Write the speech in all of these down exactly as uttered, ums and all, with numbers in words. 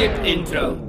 Skip Intro.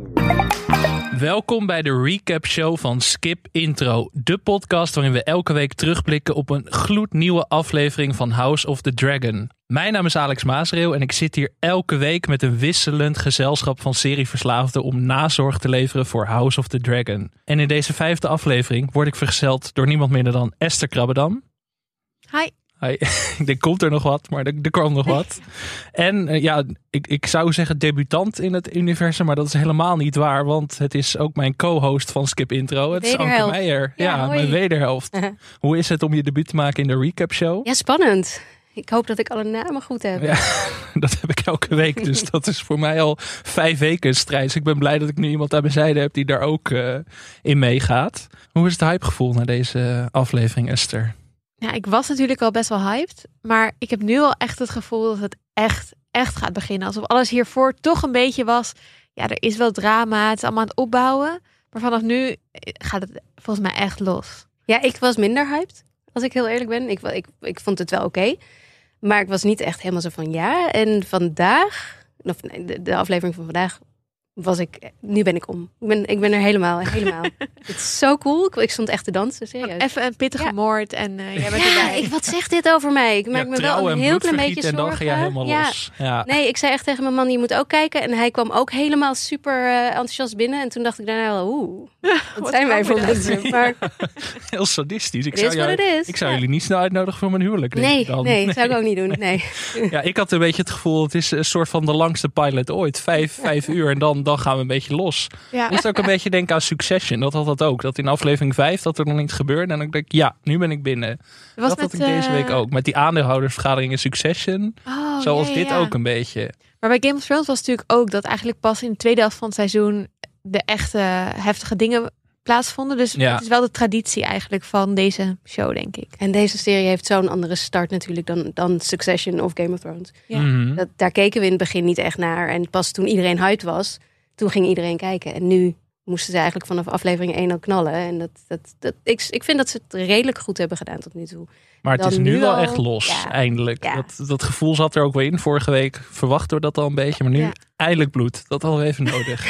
Welkom bij de recap show van Skip Intro. De podcast waarin we elke week terugblikken op een gloednieuwe aflevering van House of the Dragon. Mijn naam is Alex Maasreel en ik zit hier elke week met een wisselend gezelschap van serieverslaafden om nazorg te leveren voor House of the Dragon. En in deze vijfde aflevering word ik vergezeld door niemand minder dan Esther Krabbedam. Hi. Hi. Ik denk, komt er nog wat, maar er, er kwam nog wat. En uh, ja, ik, ik zou zeggen debutant in het universum, maar dat is helemaal niet waar, want het is ook mijn co-host van Skip Intro. Het is Anke Meijer. Ja, ja mijn wederhelft. Hoe is het om je debuut te maken in de recap show? Ja, spannend. Ik hoop dat ik alle namen goed heb. Ja, dat heb ik elke week, dus dat is voor mij al vijf weken een strijd. Dus ik ben blij dat ik nu iemand aan mijn zijde heb die daar ook uh, in meegaat. Hoe is het hypegevoel na deze aflevering, Esther? Ja, ik was natuurlijk al best wel hyped. Maar ik heb nu al echt het gevoel dat het echt, echt gaat beginnen. Alsof alles hiervoor toch een beetje was. Ja, er is wel drama. Het is allemaal aan het opbouwen. Maar vanaf nu gaat het volgens mij echt los. Ja, ik was minder hyped. Als ik heel eerlijk ben. Ik, ik, ik vond het wel oké. Okay, maar ik was niet echt helemaal zo van ja. En vandaag, of nee, de, de aflevering van vandaag, was ik, nu ben ik om. Ik ben, ik ben er helemaal, helemaal. Het is zo cool. Ik, ik stond echt te dansen, serieus. Even een pittige ja. moord en uh, jij bent ja, erbij. Ik, wat zegt dit over mij? Ik maak ja, me wel een heel klein beetje zorgen. En dan ga je helemaal ja. los. Ja. Nee, ik zei echt tegen mijn man, je moet ook kijken. En hij kwam ook helemaal super uh, enthousiast binnen. En toen dacht ik daarna wel, oeh, wat, wat zijn wij voor mensen? Maar heel sadistisch. Ik het zou, is wat het is. Ik zou ja. jullie niet snel uitnodigen voor mijn huwelijk. Nee, ik dan. nee, dat zou ik ook niet doen. Nee. Ja, ik had een beetje het gevoel, het is een soort van de langste pilot ooit. Vijf, vijf uur en dan, dan gaan we een beetje los. Ja. Moest ook een beetje denken aan Succession. Dat had dat ook. Dat in aflevering vijf dat er nog niet gebeurde. En dan denk ik, ja, nu ben ik binnen. Was dat met, had ik deze uh... week ook. Met die aandeelhoudersvergadering in Succession. Oh, Zoals ja, dit ja. ook een beetje. Maar bij Game of Thrones was het natuurlijk ook dat eigenlijk pas in de tweede helft van het seizoen de echte heftige dingen plaatsvonden. Dus ja. het is wel de traditie eigenlijk van deze show, denk ik. En deze serie heeft zo'n andere start natuurlijk dan, dan Succession of Game of Thrones. Ja. Mm-hmm. Dat, daar keken we in het begin niet echt naar. En pas toen iedereen hyped was, toen ging iedereen kijken. En nu moesten ze eigenlijk vanaf aflevering één al knallen. En dat, dat, dat, ik, ik vind dat ze het redelijk goed hebben gedaan tot nu toe. Maar het Dan is nu, nu wel al, echt los, ja, eindelijk. Ja. Dat, dat gevoel zat er ook wel in. Vorige week verwachten we dat al een beetje. Maar nu ja. eindelijk bloed. Dat hadden we even nodig.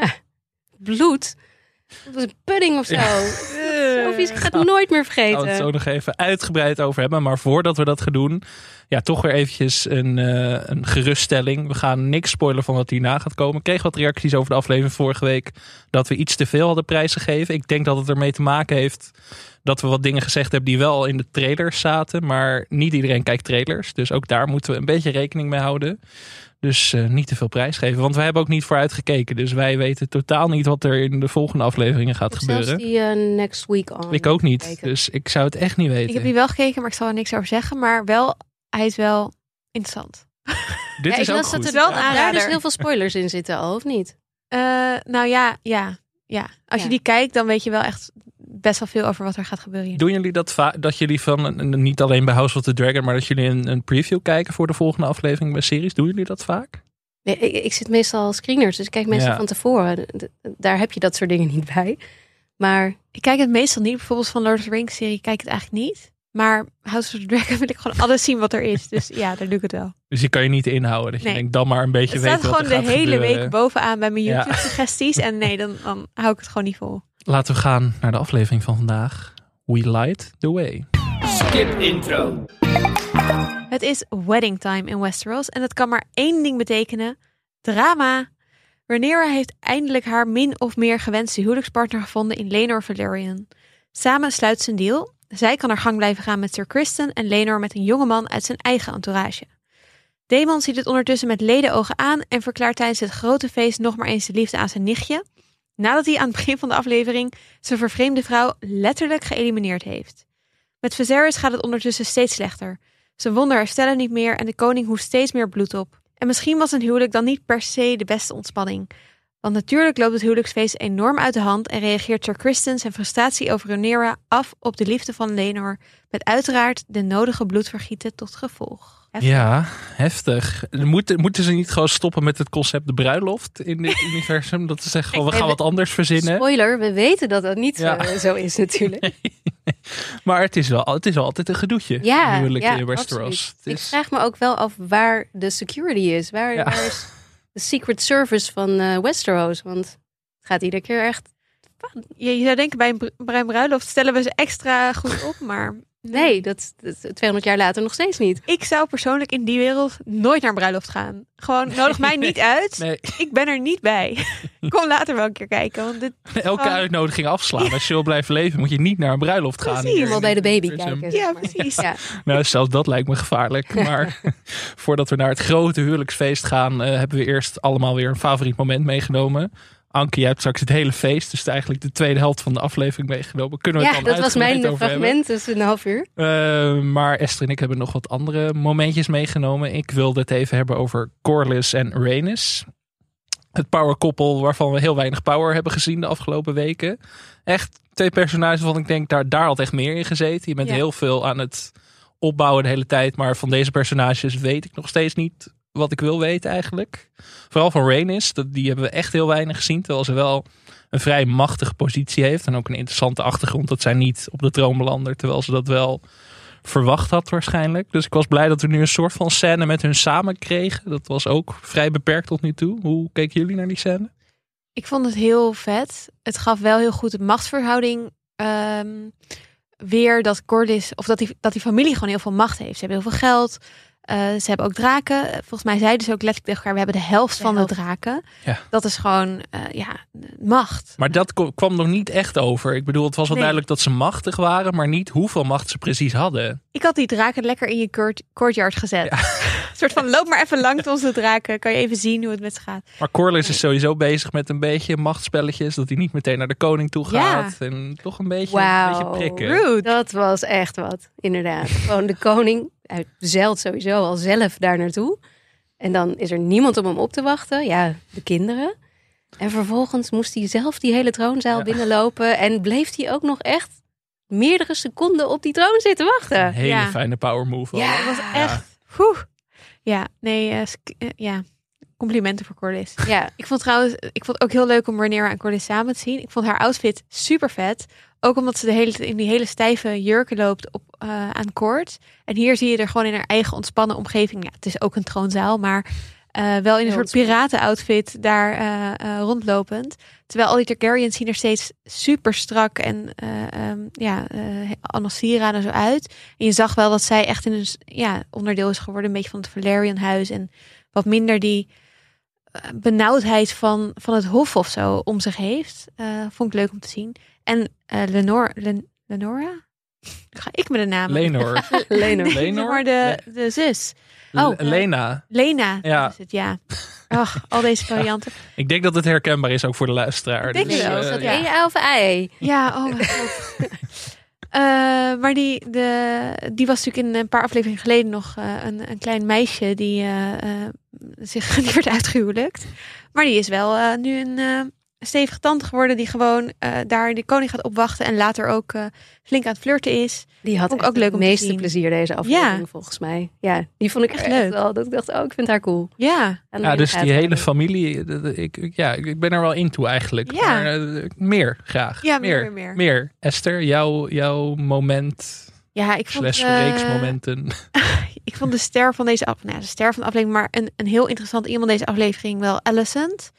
Bloed? Dat was een pudding of zo. Ja. Zo vies, ik ga het nooit meer vergeten. Gaan we het zo nog even uitgebreid over hebben. Maar voordat we dat gaan doen, ja, toch weer eventjes een, uh, een geruststelling. We gaan niks spoilen van wat hierna gaat komen. Ik kreeg wat reacties over de aflevering vorige week dat we iets te veel hadden prijsgegeven. Ik denk dat het ermee te maken heeft dat we wat dingen gezegd hebben die wel in de trailers zaten. Maar niet iedereen kijkt trailers. Dus ook daar moeten we een beetje rekening mee houden. Dus uh, niet te veel prijsgeven. Want wij hebben ook niet vooruit gekeken. Dus wij weten totaal niet wat er in de volgende afleveringen gaat of gebeuren. Zelfs die uh, next week on. Ik ook niet. Kijken. Dus ik zou het echt niet weten. Ik heb die wel gekeken, maar ik zal er niks over zeggen. Maar wel, hij is wel interessant. Dit ja, is ik ook las goed. dat er wel een daar aanrader. dus heel veel spoilers in zitten al, of niet? Uh, nou ja, ja, ja. Als Ja. je die kijkt, dan weet je wel echt best wel veel over wat er gaat gebeuren hier. Doen jullie dat vaak? Dat jullie van, niet alleen bij House of the Dragon, maar dat jullie een, een preview kijken voor de volgende aflevering bij series? Doen jullie dat vaak? Nee, ik, ik zit meestal als screeners, dus ik kijk meestal Ja. van tevoren. Daar heb je dat soort dingen niet bij. Maar Ik kijk het meestal niet. Bijvoorbeeld van Lord of the Rings serie kijk ik het eigenlijk niet. Maar House of the Dragon wil ik gewoon alles zien wat er is. Dus ja, daar doe ik het wel. Dus je kan je niet inhouden. Dat je Nee. denkt dan maar een beetje Het weten staat wat er gewoon de gaat hele gebeuren. week bovenaan bij mijn Ja. YouTube suggesties. En nee, dan, dan hou ik het gewoon niet vol. Laten we gaan naar de aflevering van vandaag. We Light the Way. Skip Intro. Het is wedding time in Westeros. En dat kan maar één ding betekenen. Drama. Rhaenyra heeft eindelijk haar min of meer gewenste huwelijkspartner gevonden in Laenor Velaryon. Samen sluit ze een deal. Zij kan haar gang blijven gaan met Sir Criston en Laenor met een jongeman uit zijn eigen entourage. Daemon ziet het ondertussen met ledenogen aan en verklaart tijdens het grote feest nog maar eens de liefde aan zijn nichtje, nadat hij aan het begin van de aflevering zijn vervreemde vrouw letterlijk geëlimineerd heeft. Met Viserys gaat het ondertussen steeds slechter. Zijn wonden herstellen niet meer en de koning hoest steeds meer bloed op. En misschien was een huwelijk dan niet per se de beste ontspanning. Want natuurlijk loopt het huwelijksfeest enorm uit de hand en reageert Sir Criston zijn frustratie over Rhaenyra af op de liefde van Laenor, met uiteraard de nodige bloedvergieten tot gevolg. Heftig. Ja, heftig. Moeten, moeten ze niet gewoon stoppen met het concept de bruiloft in dit universum? Dat ze zeggen, we gaan wat anders verzinnen. Spoiler, we weten dat dat niet ja. zo, zo is natuurlijk. Nee, nee. Maar het is, wel, het is wel altijd een gedoetje. Ja, huwelijk ja in Westeros. Het is... Ik vraag me ook wel af waar de security is. Waar, ja. waar is de Secret Service van uh, Westeros. Want het gaat iedere keer echt... Je, je zou denken, bij een, br- bij een bruiloft stellen we ze extra goed op, maar... Nee, dat, dat tweehonderd jaar later nog steeds niet. Ik zou persoonlijk in die wereld nooit naar een bruiloft gaan. Gewoon, nodig mij niet uit. Nee. Ik ben er niet bij. Kom later wel een keer kijken. Want dit Elke gewoon... uitnodiging afslaan. Ja. Als je wil blijven leven, moet je niet naar een bruiloft gaan. Precies. Helemaal bij de baby Dus, kijken. Ja, zeg maar. precies. Ja. Nou, zelfs dat lijkt me gevaarlijk. Maar voordat we naar het grote huwelijksfeest gaan, uh, hebben we eerst allemaal weer een favoriet moment meegenomen. Anke, jij hebt straks het hele feest, dus het is eigenlijk de tweede helft van de aflevering meegenomen. Kunnen we Ja, het dan dat was mijn over fragment, dus een half uur. hebben? Uh, maar Esther en ik hebben nog wat andere momentjes meegenomen. Ik wilde het even hebben over Corlys en Rhaenys. Het powerkoppel waarvan we heel weinig power hebben gezien de afgelopen weken. Echt twee personages waarvan ik denk, daar, daar had echt meer in gezeten. Je bent Ja. heel veel aan het opbouwen de hele tijd, maar van deze personages weet ik nog steeds niet wat ik wil weten eigenlijk. Vooral van Rhaenys, dat- die hebben we echt heel weinig gezien. Terwijl ze wel een vrij machtige positie heeft. En ook een interessante achtergrond dat zij niet op de troon belandert. Terwijl ze dat wel verwacht had waarschijnlijk. Dus ik was blij dat we nu een soort van scène met hun samen kregen. Dat was ook vrij beperkt tot nu toe. Hoe keken jullie naar die scène? Ik vond het heel vet. Het gaf wel heel goed de machtsverhouding ehm, weer dat Corlys, of dat die, dat die familie gewoon heel veel macht heeft. Ze hebben heel veel geld. Uh, ze hebben ook draken. Volgens mij zeiden ze ook letterlijk tegen elkaar, we hebben de helft De van helft. de draken. Ja. Dat is gewoon, uh, ja, macht. Maar dat ko- kwam nog niet echt over. Ik bedoel, het was wel Nee. duidelijk dat ze machtig waren, maar niet hoeveel macht ze precies hadden. Ik had die draken lekker in je court, courtyard gezet. Een soort van, loop maar even langs onze draken. Kan je even zien hoe het met ze gaat. Maar Corlys is sowieso bezig met een beetje machtspelletjes. Dat hij niet meteen naar de koning toe gaat. En toch een beetje, een beetje Wauw, prikken. Rude. dat was echt wat, inderdaad. Gewoon de koning, hij zeilt sowieso al zelf daar naartoe. En dan is er niemand om hem op te wachten. Ja, de kinderen. En vervolgens moest hij zelf die hele troonzaal Ja. binnenlopen. En bleef hij ook nog echt meerdere seconden op die troon zitten wachten. Een hele Ja. fijne power move. Ja. Dat was echt, Oeh. Ja, nee, uh, sk- uh, ja. Complimenten voor Corlys. Ja, Ik vond trouwens, ik vond het ook heel leuk om Rhaenyra en Corlys samen te zien. Ik vond haar outfit super vet. Ook omdat ze de hele in die hele stijve jurken loopt op, uh, aan koord. En hier zie je er gewoon in haar eigen ontspannen omgeving. Ja, het is ook een troonzaal, maar uh, wel in een Heel soort piraten-outfit daar uh, uh, rondlopend. Terwijl al die Targaryens zien er steeds super strak en uh, um, ja, uh, allemaal sieraden zo uit. En je zag wel dat zij echt in een ja, onderdeel is geworden, een beetje van het Velaryon-huis en wat minder die uh, benauwdheid van, van het hof of zo om zich heeft. Uh, vond ik leuk om te zien. En uh, Lenor, Len, Lenora? Ga ik met de naam? Lenor. Lenor. Nee, Lenor? maar de, de zus. Oh, Oh, Lena. Lena, Ja. dat is het, ja. Ach, al deze varianten. Ik denk dat het herkenbaar is ook voor de luisteraar. Ik denk Dus, het wel. eh, Is dat ja. E A of I? Ja, oh mijn god. Uh, maar die, de, die was natuurlijk in een paar afleveringen geleden nog uh, een, een klein meisje die, uh, uh, zich, die werd uitgehuwelijkt. Maar die is wel uh, nu een uh, stevige tante geworden die gewoon uh, daar de koning gaat opwachten en later ook uh, flink aan het flirten is. Die had Vond ik echt ook leuk het om te meeste zien. plezier deze aflevering Ja. volgens mij. Ja, die vond ik Echt echt, leuk. wel. Dat ik dacht, oh, ik vind haar cool. Ja, En Ja, dus gaat die hele het. familie, de- de- ik, ik- ja, ik ben er wel into eigenlijk. Ja. Maar uh, meer graag. Ja, meer, meer. Meer. Esther, jouw, jouw moment, ja ik vond, slash uh, reeksmomenten. ik vond de ster van deze aflevering, nou, de ster van de aflevering, maar een, een heel interessant iemand deze aflevering wel Alicent.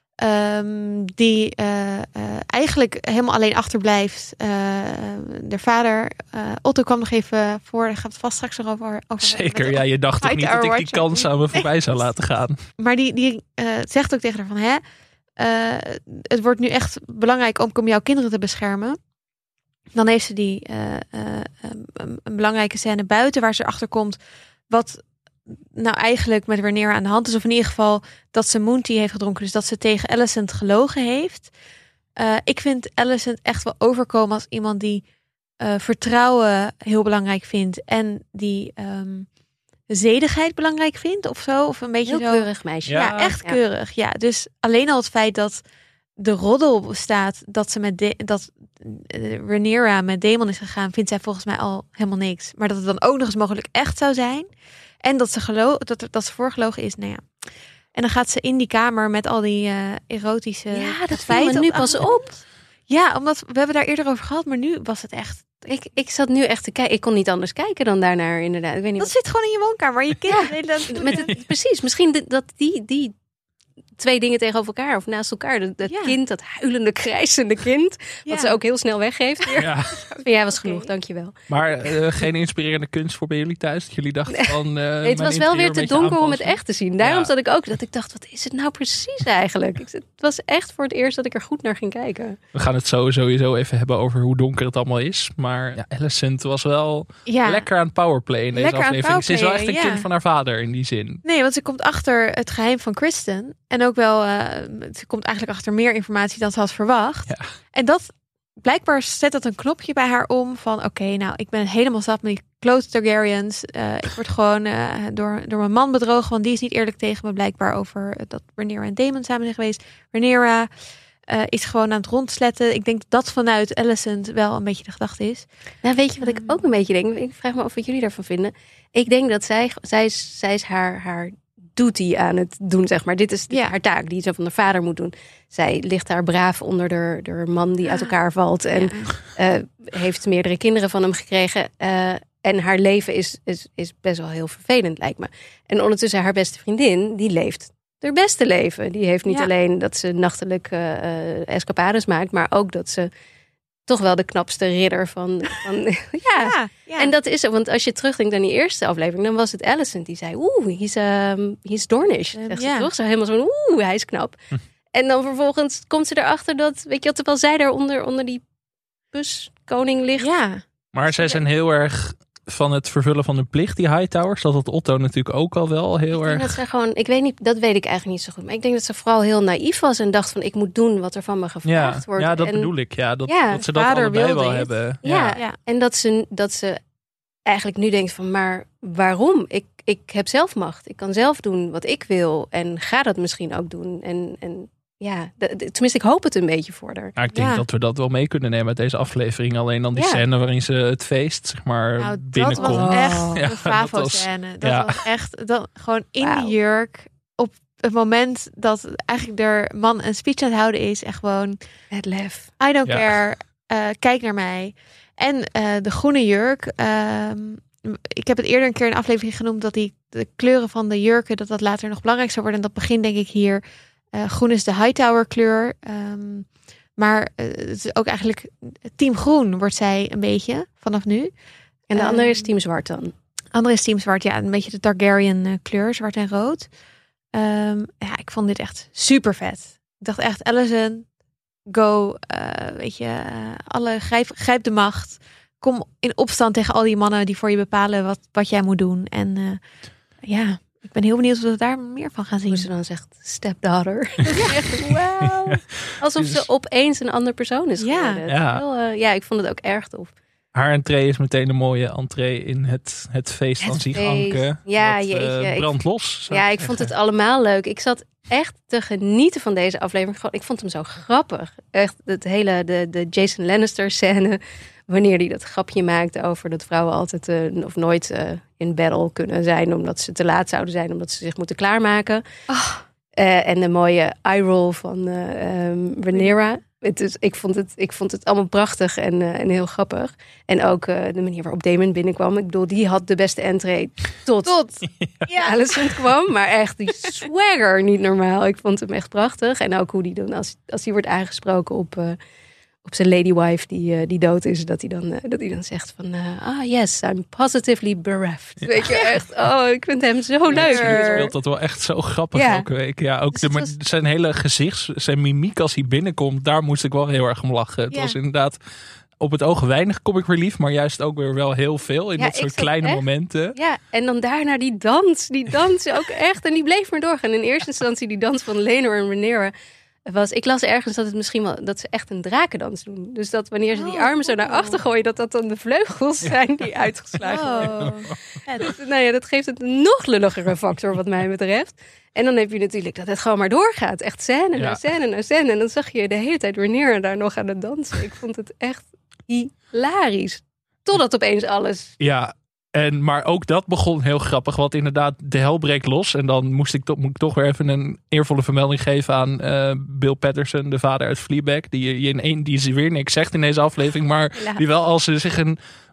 Um, die uh, uh, eigenlijk helemaal alleen achterblijft. Uh, de vader, uh, Otto kwam nog even voor. Daar gaan we het vast straks nog over. over Zeker, ja, je dacht toch niet dat ik die kans aan me voorbij zou laten gaan. Maar die, die uh, zegt ook tegen haar van, hè, uh, het wordt nu echt belangrijk om, om jouw kinderen te beschermen. Dan heeft ze die uh, uh, een, een belangrijke scène buiten waar ze erachter komt wat nou eigenlijk met Rhaenyra aan de hand is. Of in ieder geval dat ze Moon Tea heeft gedronken. Dus dat ze tegen Alicent gelogen heeft. Uh, ik vind Alicent echt wel overkomen als iemand die uh, vertrouwen heel belangrijk vindt. En die um, zedigheid belangrijk vindt of zo. Of een beetje Heel zo. keurig meisje. Ja, Ja. echt Ja. keurig. Ja, dus alleen al het feit dat de roddel bestaat dat ze met de, dat uh, Rhaenyra met Daemon is gegaan, vindt zij volgens mij al helemaal niks. Maar dat het dan ook nog eens mogelijk echt zou zijn. En dat ze, gelo- dat, dat ze voorgelogen is, nou ja. En dan gaat ze in die kamer met al die uh, erotische Ja, dat viel feiten me nu op pas achtergrond. op. Ja, omdat we hebben daar eerder over gehad, maar nu was het echt. Ik, ik zat nu echt te kijken. Ik kon niet anders kijken dan daarnaar, inderdaad. Ik weet niet Dat zit gewoon in je woonkamer, waar je kinderen de hele dag- wat- met het, precies, misschien dit- dat die, die twee dingen tegenover elkaar of naast elkaar. Dat, dat Ja. kind, dat huilende, krijsende kind. Ja. Wat ze ook heel snel weggeeft weer. Ja. Ja, was Oké. genoeg, dankjewel. Maar uh, geen inspirerende kunst voor bij jullie thuis? Dat jullie dachten van... Uh, Nee, het mijn was wel weer interieur te een beetje donker om het aanpassen? echt te zien. Daarom Ja. zat ik ook dat ik dacht, wat is het nou precies eigenlijk? Ik, het was echt voor het eerst dat ik er goed naar ging kijken. We gaan het zo sowieso even hebben over hoe donker het allemaal is. Maar ja, Alicent was wel Ja. lekker aan het powerplay in deze Lekker aan het aflevering. Ze is wel echt een powerplayen, kind ja. van haar vader in die zin. Nee, want ze komt achter het geheim van Kristen. En ook wel, uh, ze komt eigenlijk achter meer informatie dan ze had verwacht. Ja. En dat, blijkbaar zet dat een knopje bij haar om van... Oké, okay, nou, ik ben helemaal zat met die close Targaryens. Uh, ik word gewoon uh, door, door mijn man bedrogen, want die is niet eerlijk tegen me. Blijkbaar over dat Rhaenyra en Daemon samen zijn geweest. Rhaenyra uh, is gewoon aan het rondsletten. Ik denk dat vanuit Alicent wel een beetje de gedachte is. Nou, weet je wat ik ook een beetje denk? Ik vraag me af wat jullie daarvan vinden. Ik denk dat zij, zij, is, zij is haar, haar duty aan het doen, zeg maar. Dit is Ja. haar taak die ze van haar vader moet doen. Zij ligt daar braaf onder de, de man die uit elkaar valt. En Ja. uh, heeft meerdere kinderen van hem gekregen. Uh, en haar leven is, is, is best wel heel vervelend, lijkt me. En ondertussen haar beste vriendin, die leeft haar beste leven. Die heeft niet Ja. alleen dat ze nachtelijk uh, uh, escapades maakt, maar ook dat ze toch wel de knapste ridder van... van ja. Ja, ja. En dat is het, want als je terugdenkt aan die eerste aflevering, dan was het Alicent die zei, oeh, he's, um, he's Dornish. Um, Zegt ja. ze toch? Zo helemaal zo, oeh, hij is knap. Hm. En dan vervolgens komt ze erachter dat, weet je wat, terwijl zij daar onder, onder die buskoning ligt. ja. Maar zij zijn heel erg van het vervullen van hun plicht, die Hightowers. Dat had Otto natuurlijk ook al wel heel Ik denk erg... dat ze gewoon, ik weet niet, dat weet ik eigenlijk niet zo goed. Maar ik denk dat ze vooral heel naïef was en dacht van, ik moet doen wat er van me Ja, gevraagd wordt. ja, dat en, bedoel ik. Ja, dat, Ja, dat ze dat vader allebei wilde wel dit. hebben. Ja, Ja. en dat ze, dat ze eigenlijk nu denkt van, maar waarom? Ik, ik heb zelf macht. Ik kan zelf doen wat ik wil. En ga dat misschien ook doen. En, en ja, de, de- tenminste, ik hoop het een beetje voor haar. Maar ik denk Ja. dat we dat wel mee kunnen nemen uit deze aflevering. Alleen dan die Ja. scène waarin ze het feest, zeg maar, Nou, dat binnenkomt. was echt Oh. de Ja, dat Favo-scène. Dat, ja. was echt dat, gewoon in Wauw. de jurk. Op het moment dat eigenlijk de man een speech aan het houden is. En gewoon, Het lef. I don't Ja. care, eh, kijk naar mij. En eh, de groene jurk. ehm, ik heb het eerder een keer in een aflevering genoemd... dat die de kleuren van de jurken, dat dat later nog belangrijk zou worden. En dat begin denk ik hier... eh, groen is de Hightower kleur. ehm, maar eh, het is ook eigenlijk... Team groen wordt zij een beetje vanaf nu. En de andere is Ehm, team zwart dan. Andere is team zwart, ja, een beetje de Targaryen eh, kleur, zwart en rood. Ehm, ja, ik vond dit echt super vet. Ik dacht echt, Alicent, go, eh, weet je, eh, alle grijp, grijp de macht. Kom in opstand tegen al die mannen die voor je bepalen wat, wat jij moet doen. En eh, ja, ik ben heel benieuwd of we daar meer van gaan zien. Hoe ze dan zegt, stepdaughter. Echt, wauw. Alsof Dus- ze opeens een ander persoon is Ja. geworden. Het is Ja. heel, eh, ja, ik vond het ook erg tof. Haar entree is meteen een mooie entree in het, het feest Het van zich, feest. Anke. Ja, Dat, jeetje, eh, ik- brandt los. zou Ja, ik zeggen. vond het allemaal leuk. Ik zat echt te genieten van deze aflevering. Gewoon, ik vond hem zo grappig. Echt, het hele, de, de Jason Lannister scène. Wanneer hij dat grapje maakte over dat vrouwen altijd uh, of nooit uh, in battle kunnen zijn. Omdat ze te laat zouden zijn, omdat ze zich moeten klaarmaken. Oh. Uh, en de mooie eye roll van uh, um, Rhaenyra. Het is, ik, vond het, ik vond het allemaal prachtig en, uh, en heel grappig. En ook uh, de manier waarop Daemon binnenkwam. Ik bedoel, die had de beste entree tot, Tot. Ja. Alicent kwam. Maar echt, die swagger, niet normaal. Ik vond hem echt prachtig. En ook hoe die dan, als, als hij wordt aangesproken op, uh, op zijn ladywife die, uh, die dood is. Dat hij dan, uh, dat hij dan zegt van, uh, ah yes, I'm positively bereft. Ja. Weet je, echt, oh, ik vind hem zo leuk. Hij speelt dat wel echt zo grappig Ja. elke week. Ja, ook Dus de, het was- zijn hele gezichts, zijn mimiek als hij binnenkomt, daar moest ik wel heel erg om lachen. Het Ja. was inderdaad op het oog weinig comic relief, maar juist ook weer wel heel veel in Ja, dat ik soort zat kleine echt- momenten. Ja, en dan daarna die dans. Die dans ook echt. En die bleef maar doorgaan. In eerste instantie die dans van Laenor en Rhaenyra was... Ik las ergens dat het misschien wel... dat ze echt een drakendans doen. Dus dat wanneer ze die Oh, armen zo naar cool. achter gooien... dat dat dan de vleugels zijn die uitgeslagen worden. Oh. Ja, Dus, nou ja, dat geeft het een nog lulligere factor wat mij betreft. En dan heb je natuurlijk dat het gewoon maar doorgaat. Echt scène Ja. na scène na scène. En dan zag je de hele tijd Rhaenyra daar nog aan het dansen. Ik vond het echt hilarisch. Totdat opeens alles... Ja, en, maar ook dat begon heel grappig. Want inderdaad, de hel breekt los. En dan moest ik, to- moet ik toch weer even een eervolle vermelding geven aan uh, Bill Patterson, de vader uit Fleabag. Die, die, in een, die weer niks zegt in deze aflevering. Maar Ja. die wel als ze zich een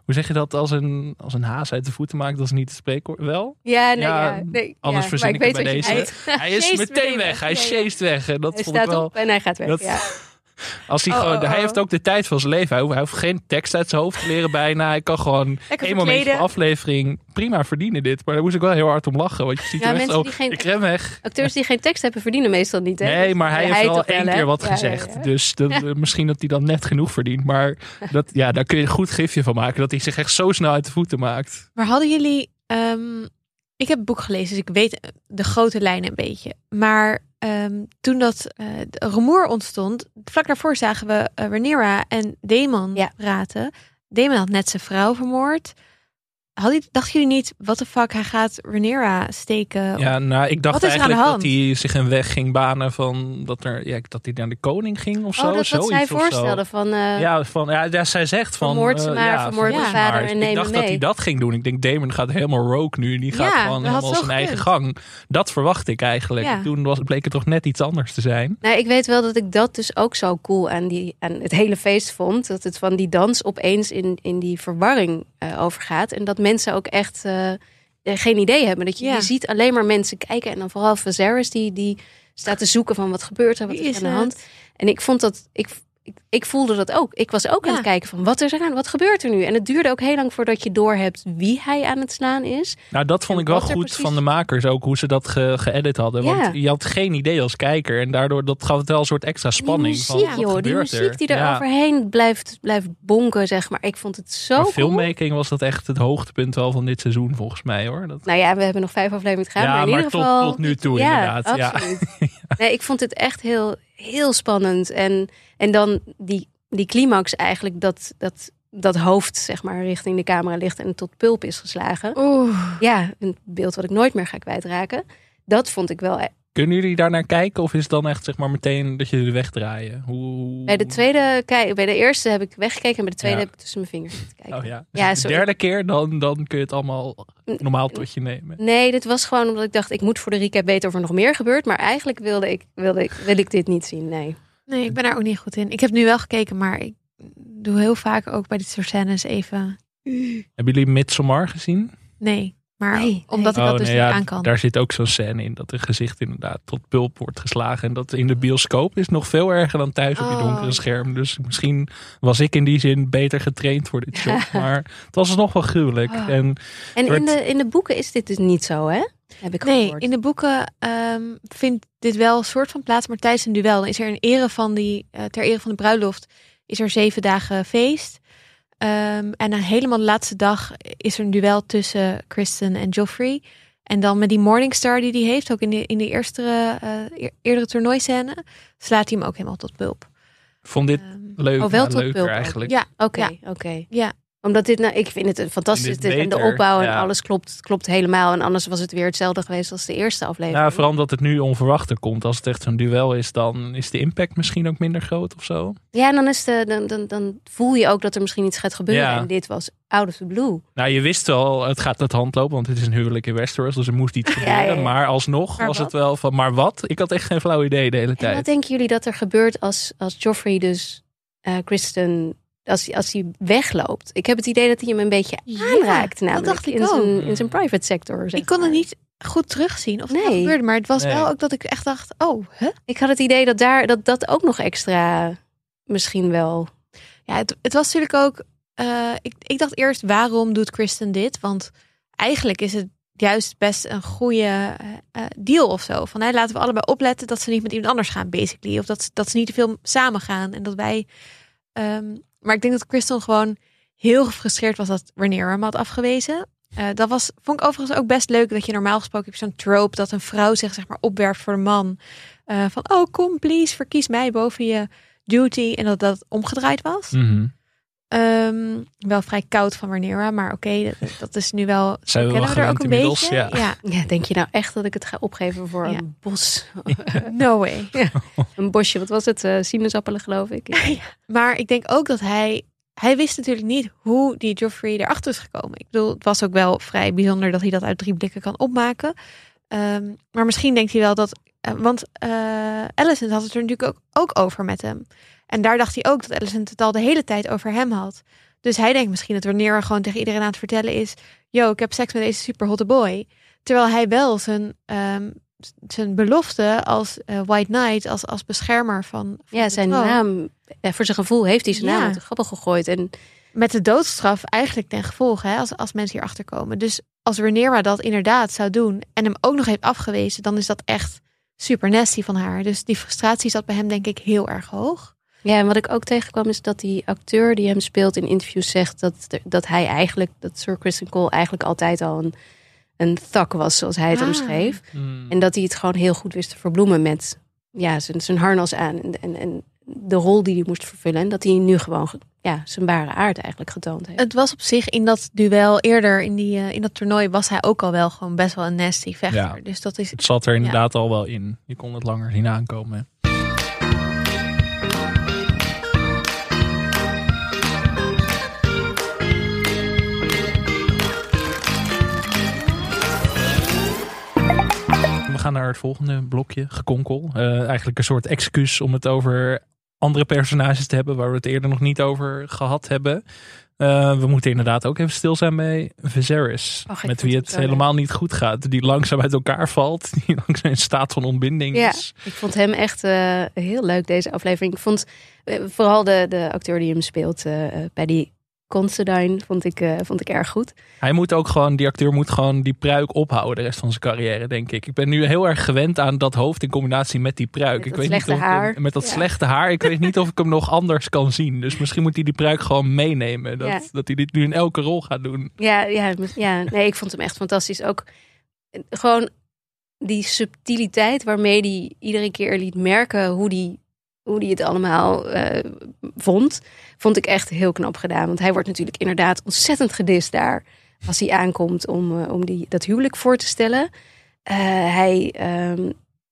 Hoe zeg je dat als een, als een haas uit de voeten maakt? Dat is niet het spreekwoord. Wel? Ja, nee, Ja, ja, nee. Anders ja, verzin maar ik ik het bij weet wat je deze. bedoelt. Hij is Sjeest meteen meteen weg. weg. Hij Ja, ja. sjeest weg. En dat Hij vond ik staat wel... op en hij gaat weg. dat- Ja. Als hij, Oh, gewoon, oh, oh. hij heeft ook de tijd van zijn leven. Hij hoeft, hij hoeft geen tekst uit zijn hoofd te leren bijna. Hij kan gewoon Lekker één momentje per verkleden. aflevering prima verdienen dit. Maar daar moest ik wel heel hard om lachen. Want je ziet Ja, hem echt mensen zo, die geen- ik ren weg. Acteurs die geen tekst hebben verdienen meestal niet. Hè? Nee, Dus maar hij heeft wel toch één hè? keer wat Ja, ja, gezegd. ja. Dus dat, eh, misschien dat hij dan net genoeg verdient. Maar dat, ja, daar kun je een goed gifje van maken. Dat hij zich echt zo snel uit de voeten maakt. Maar hadden jullie... ehm, ik heb het boek gelezen, dus ik weet de grote lijnen een beetje. Maar ehm, toen dat eh, de rumoer ontstond... Vlak daarvoor zagen we uh, Rhaenyra en Daemon Ja. praten. Daemon had net zijn vrouw vermoord. Hadden, dachten jullie niet, what the fuck, hij gaat Rhaenyra steken? Ja, nou, ik dacht Wat is er aan de eigenlijk dat hand? hij zich een weg ging banen van dat, er, ja, dat hij naar de koning ging of zo. Oh, dat wat zoiets zij of zo. voorstelde van... eh, Ja, van, ja, ja, zij zegt van... Vermoord ze eh, maar, ja, vermoord mijn ze vader maar. en neem Ik dacht hem dat mee. hij dat ging doen. Ik denk, Damon gaat helemaal rogue nu. Die gaat Ja, gewoon dat had helemaal zo zijn eigen gekund. gang. Dat verwacht ik eigenlijk. Ja. Toen was, bleek het toch net iets anders te zijn. Nou, ik weet wel dat ik dat dus ook zo cool aan, die, aan het hele feest vond. Dat het van die dans opeens in, in die verwarring eh, overgaat. En dat mensen ook echt eh, geen idee hebben. Dat je, Ja. je ziet alleen maar mensen kijken. En dan vooral Viserys die, die staat te zoeken van wat gebeurt er, wat Wie is er is aan de hand. het? En ik vond dat... Ik, ik, ik voelde dat ook. Ik was ook aan Ja. het kijken van wat is er aan, wat gebeurt er nu? En het duurde ook heel lang voordat je doorhebt wie hij aan het slaan is. Nou, dat vond En ik wel wat er goed precies- van de makers ook. Hoe ze dat ge- geëdit hadden. Ja. Want je had geen idee als kijker. En daardoor dat gaf het wel een soort extra spanning. Die van, muziek, wat joh, die gebeurt muziek er? die er Ja. overheen blijft, blijft bonken, zeg maar. Ik vond het zo Maar cool. filmmaking was dat echt het hoogtepunt wel van dit seizoen volgens mij hoor. Dat... Nou ja, we hebben nog vijf afleveringen te gaan. Ja, maar in maar ieder tot- geval... tot nu toe ja, inderdaad, ja. Absoluut. Nee, ik vond het echt heel, heel spannend. En, en dan die, die climax eigenlijk, dat, dat, dat hoofd zeg maar richting de camera ligt en tot pulp is geslagen. Oeh. Ja, een beeld wat ik nooit meer ga kwijtraken. Dat vond ik wel... Kunnen jullie daar naar kijken? Of is het dan echt zeg maar meteen dat je er wegdraaien? Hoe... Bij de tweede, kijk, bij de eerste heb ik weggekeken en bij de tweede Ja. heb ik tussen mijn vingers zitten kijken. Oh ja. Ja, de sorry. derde keer dan, dan kun je het allemaal normaal tot je nemen. Nee, dit was gewoon omdat ik dacht, ik moet voor de recap weten of er nog meer gebeurt. Maar eigenlijk wilde ik, wilde ik, wil ik dit niet zien, nee. Nee, ik ben daar ook niet goed in. Ik heb nu wel gekeken, maar ik doe heel vaak ook bij dit soort scènes even... Hebben jullie Midsommar gezien? Nee, maar Nee, omdat ik Oh, dat dus nee, niet ja, aan kan. Daar zit ook zo'n scène in dat een gezicht inderdaad tot pulp wordt geslagen. En dat in de bioscoop is nog veel erger dan thuis op je Oh. donkere scherm. Dus misschien was ik in die zin beter getraind voor dit shot. Maar het was nog wel gruwelijk. Oh. En En in Wordt- de, in de boeken is dit dus niet zo, hè? Heb ik Nee, gehoord. in de boeken ehm, vindt dit wel een soort van plaats, maar tijdens een duel dan is er in ere van die, eh, ter ere van de bruiloft, is er zeven dagen feest. Ehm, en dan helemaal de laatste dag is er een duel tussen Kristen en Joffrey. En dan met die Morningstar die hij heeft, ook in de, in de eerste, eh, eer- eerdere toernooiscène, slaat hij hem ook helemaal tot pulp. ik vond dit Ehm, leuk, Oh, wel ja, tot leuker pulp ook. eigenlijk. ja, Oké, Ja. oké. ja. Omdat dit, nou, ik vind het een fantastisch. Ik vind dit- dit en de beter, opbouw en ja. alles klopt, klopt helemaal. En anders was het weer hetzelfde geweest als de eerste aflevering. Ja, vooral omdat het nu onverwachter komt. Als het echt zo'n duel is, dan is de impact misschien ook minder groot of zo. Ja, en dan, is de, dan, dan, dan voel je ook dat er misschien iets gaat gebeuren. Ja. En dit was out of the blue. Nou, je wist wel, het gaat uit de hand lopen, want het is een huwelijk in Westeros, dus er moest iets gebeuren. ja, ja. Maar alsnog Maar was wat? het wel van, maar wat? Ik had echt geen flauw idee de hele En tijd. wat denken jullie dat er gebeurt als, als Joffrey dus eh Kristen... Als hij, als hij wegloopt. Ik heb het idee dat hij hem een beetje aanraakt. dat Namelijk dacht ik in, ook. zijn, in zijn private sector. zeg Ik kon maar. het niet goed terugzien of het Nee. nou gebeurde, maar het was Nee. wel ook dat ik echt dacht, oh, hè? Ik had het idee dat daar dat, dat ook nog extra misschien wel. Ja, het, het was natuurlijk ook. eh, ik, ik dacht eerst, waarom doet Kristen dit? Want eigenlijk is het juist best een goede eh, eh, deal of zo. Van hey, laten we allebei opletten dat ze niet met iemand anders gaan, basically. Of dat, ze- dat ze niet te veel samen gaan. En dat wij. ehm, maar ik denk dat Kristen gewoon heel gefrustreerd was dat Rhaenyra hem had afgewezen. Eh, dat was, vond ik overigens ook best leuk dat je normaal gesproken hebt zo'n trope dat een vrouw zich zeg maar opwerpt voor de man. Eh, van oh kom please, verkies mij boven je duty. En dat dat omgedraaid was. Mhm. Ehm, wel vrij koud van Rhaenyra, maar oké, dat, dat is nu wel. Zijn we kennen wel we er ook gewend een inmiddels, beetje. ja. Ja. Ja, denk je nou echt dat ik het ga opgeven voor Ja. een bos? No way. Een bosje, wat was het? Uh, sinaasappelen, geloof ik. Ja. Maar ik denk ook dat hij. Hij wist natuurlijk niet hoe die Joffrey erachter is gekomen. Ik bedoel, het was ook wel vrij bijzonder dat hij dat uit drie blikken kan opmaken. Ehm, maar misschien denkt hij wel dat. Uh, want uh, Alicent had het er natuurlijk ook, ook over met hem. En daar dacht hij ook dat Alicent het al de hele tijd over hem had. Dus hij denkt misschien dat Rhaenyra gewoon tegen iedereen aan het vertellen is... yo, ik heb seks met deze super hotte boy. Terwijl hij wel zijn, um, zijn belofte als uh, White Knight, als, als beschermer van, van Ja, zijn troon, naam, voor zijn gevoel heeft hij zijn Ja. naam uit de grabbel gegooid. En met de doodstraf eigenlijk ten gevolge, hè, als, als mensen hierachter komen. Dus als Rhaenyra dat inderdaad zou doen en hem ook nog heeft afgewezen, dan is dat echt super nasty van haar. Dus die frustratie zat bij hem denk ik heel erg hoog. ja, en wat ik ook tegenkwam is dat die acteur die hem speelt in interviews zegt dat, dat hij eigenlijk, dat Sir Criston Cole eigenlijk altijd al een, een thug was, zoals hij het Ah. omschreef. Hmm. En dat hij het gewoon heel goed wist te verbloemen met ja, zijn, zijn harnas aan en, en, en de rol die hij moest vervullen. En dat hij nu gewoon ja, zijn ware aard eigenlijk getoond heeft. Het was op zich in dat duel eerder in, die, uh, in dat toernooi was hij ook al wel gewoon best wel een nasty vechter. Ja. Dus dat is Het zat er inderdaad al wel in. Je kon het langer zien aankomen. We gaan naar het volgende blokje, gekonkel. Uh, eigenlijk een soort excuus om het over andere personages te hebben... waar we het eerder nog niet over gehad hebben. Uh, we moeten inderdaad ook even stil zijn bij Viserys. Och, ik met vond wie het het zo helemaal niet goed gaat. Die langzaam uit elkaar valt. Die langzaam in staat van ontbinding Ja, is. ik vond hem echt uh, heel leuk deze aflevering. Ik vond uh, vooral de, de acteur die hem speelt uh, bij die Considine vond ik, uh, vond ik erg goed. Hij moet ook gewoon, die acteur moet gewoon die pruik ophouden de rest van zijn carrière, denk ik. Ik ben nu heel erg gewend aan dat hoofd in combinatie met die pruik. Met ik dat weet slechte niet of ik hem- haar. met dat Ja. slechte haar. Ik weet niet of ik hem nog anders kan zien. Dus misschien moet hij die pruik gewoon meenemen. Dat, Ja. dat hij dit nu in elke rol gaat doen. Ja, ja, ja, nee, ik vond hem echt fantastisch. Ook uh, gewoon die subtiliteit waarmee hij iedere keer liet merken hoe die hoe die het allemaal uh, vond, vond ik echt heel knap gedaan. Want hij wordt natuurlijk inderdaad ontzettend gedist daar als hij aankomt om, uh, om die, dat huwelijk voor te stellen. Uh, hij, um,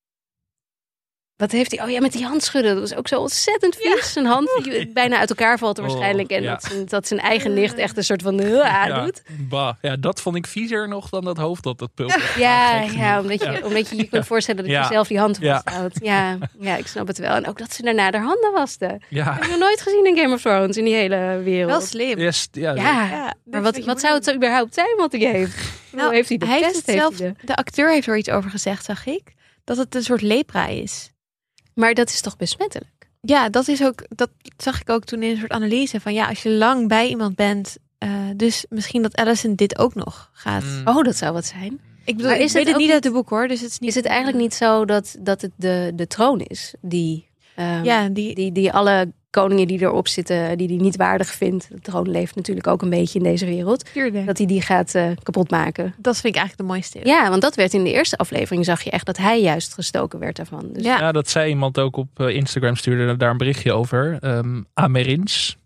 wat heeft hij? Oh ja, met die handschudden. Dat was ook zo ontzettend vies. Ja. Zijn hand die bijna uit elkaar valt waarschijnlijk. Oh, en ja. dat, zijn, dat zijn eigen nicht echt een soort van uh, Ja, doet. bah. Ja, dat vond ik viezer nog dan dat hoofd dat dat pulp. Ja, ja, omdat je, ja. omdat je je kunt voorstellen dat Ja. je zelf die hand Ja. vasthoudt. Ja. Ja, ik snap het wel. En ook dat ze daarna haar handen waste. Ja. Heb ik nog nooit gezien in Game of Thrones, in die hele wereld. wel slim. Yes, ja, Ja, Ja, maar dus wat, je wat moet zou hem- het überhaupt zijn wat hij heeft? Nou, Hoe heeft hij de hij heeft test? het heeft zelf, hij de- de acteur heeft er iets over gezegd, zag ik. Dat het een soort lepra is. Maar dat is toch besmettelijk? Ja, dat is ook, dat zag ik ook toen in een soort analyse van ja, als je lang bij iemand bent, uh, dus misschien dat Alicent dit ook nog gaat. Mm. Oh, dat zou wat zijn. Ik bedoel, Maar ik is weet het het niet ook uit de boek hoor, dus het is niet. Is het eigenlijk niet zo dat, dat het de, de troon is die, um, Ja, die, die, die alle koningen die erop zitten, die hij niet waardig vindt. De troon leeft natuurlijk ook een beetje in deze wereld. tuurlijk. Dat hij die gaat uh, kapot maken. Dat vind ik eigenlijk de mooiste. Ja, want dat werd in de eerste aflevering, zag je echt dat hij juist gestoken werd daarvan. Dus Ja. Ja, dat zei iemand ook op uh, Instagram, stuurde daar een berichtje over. Um, Amerins.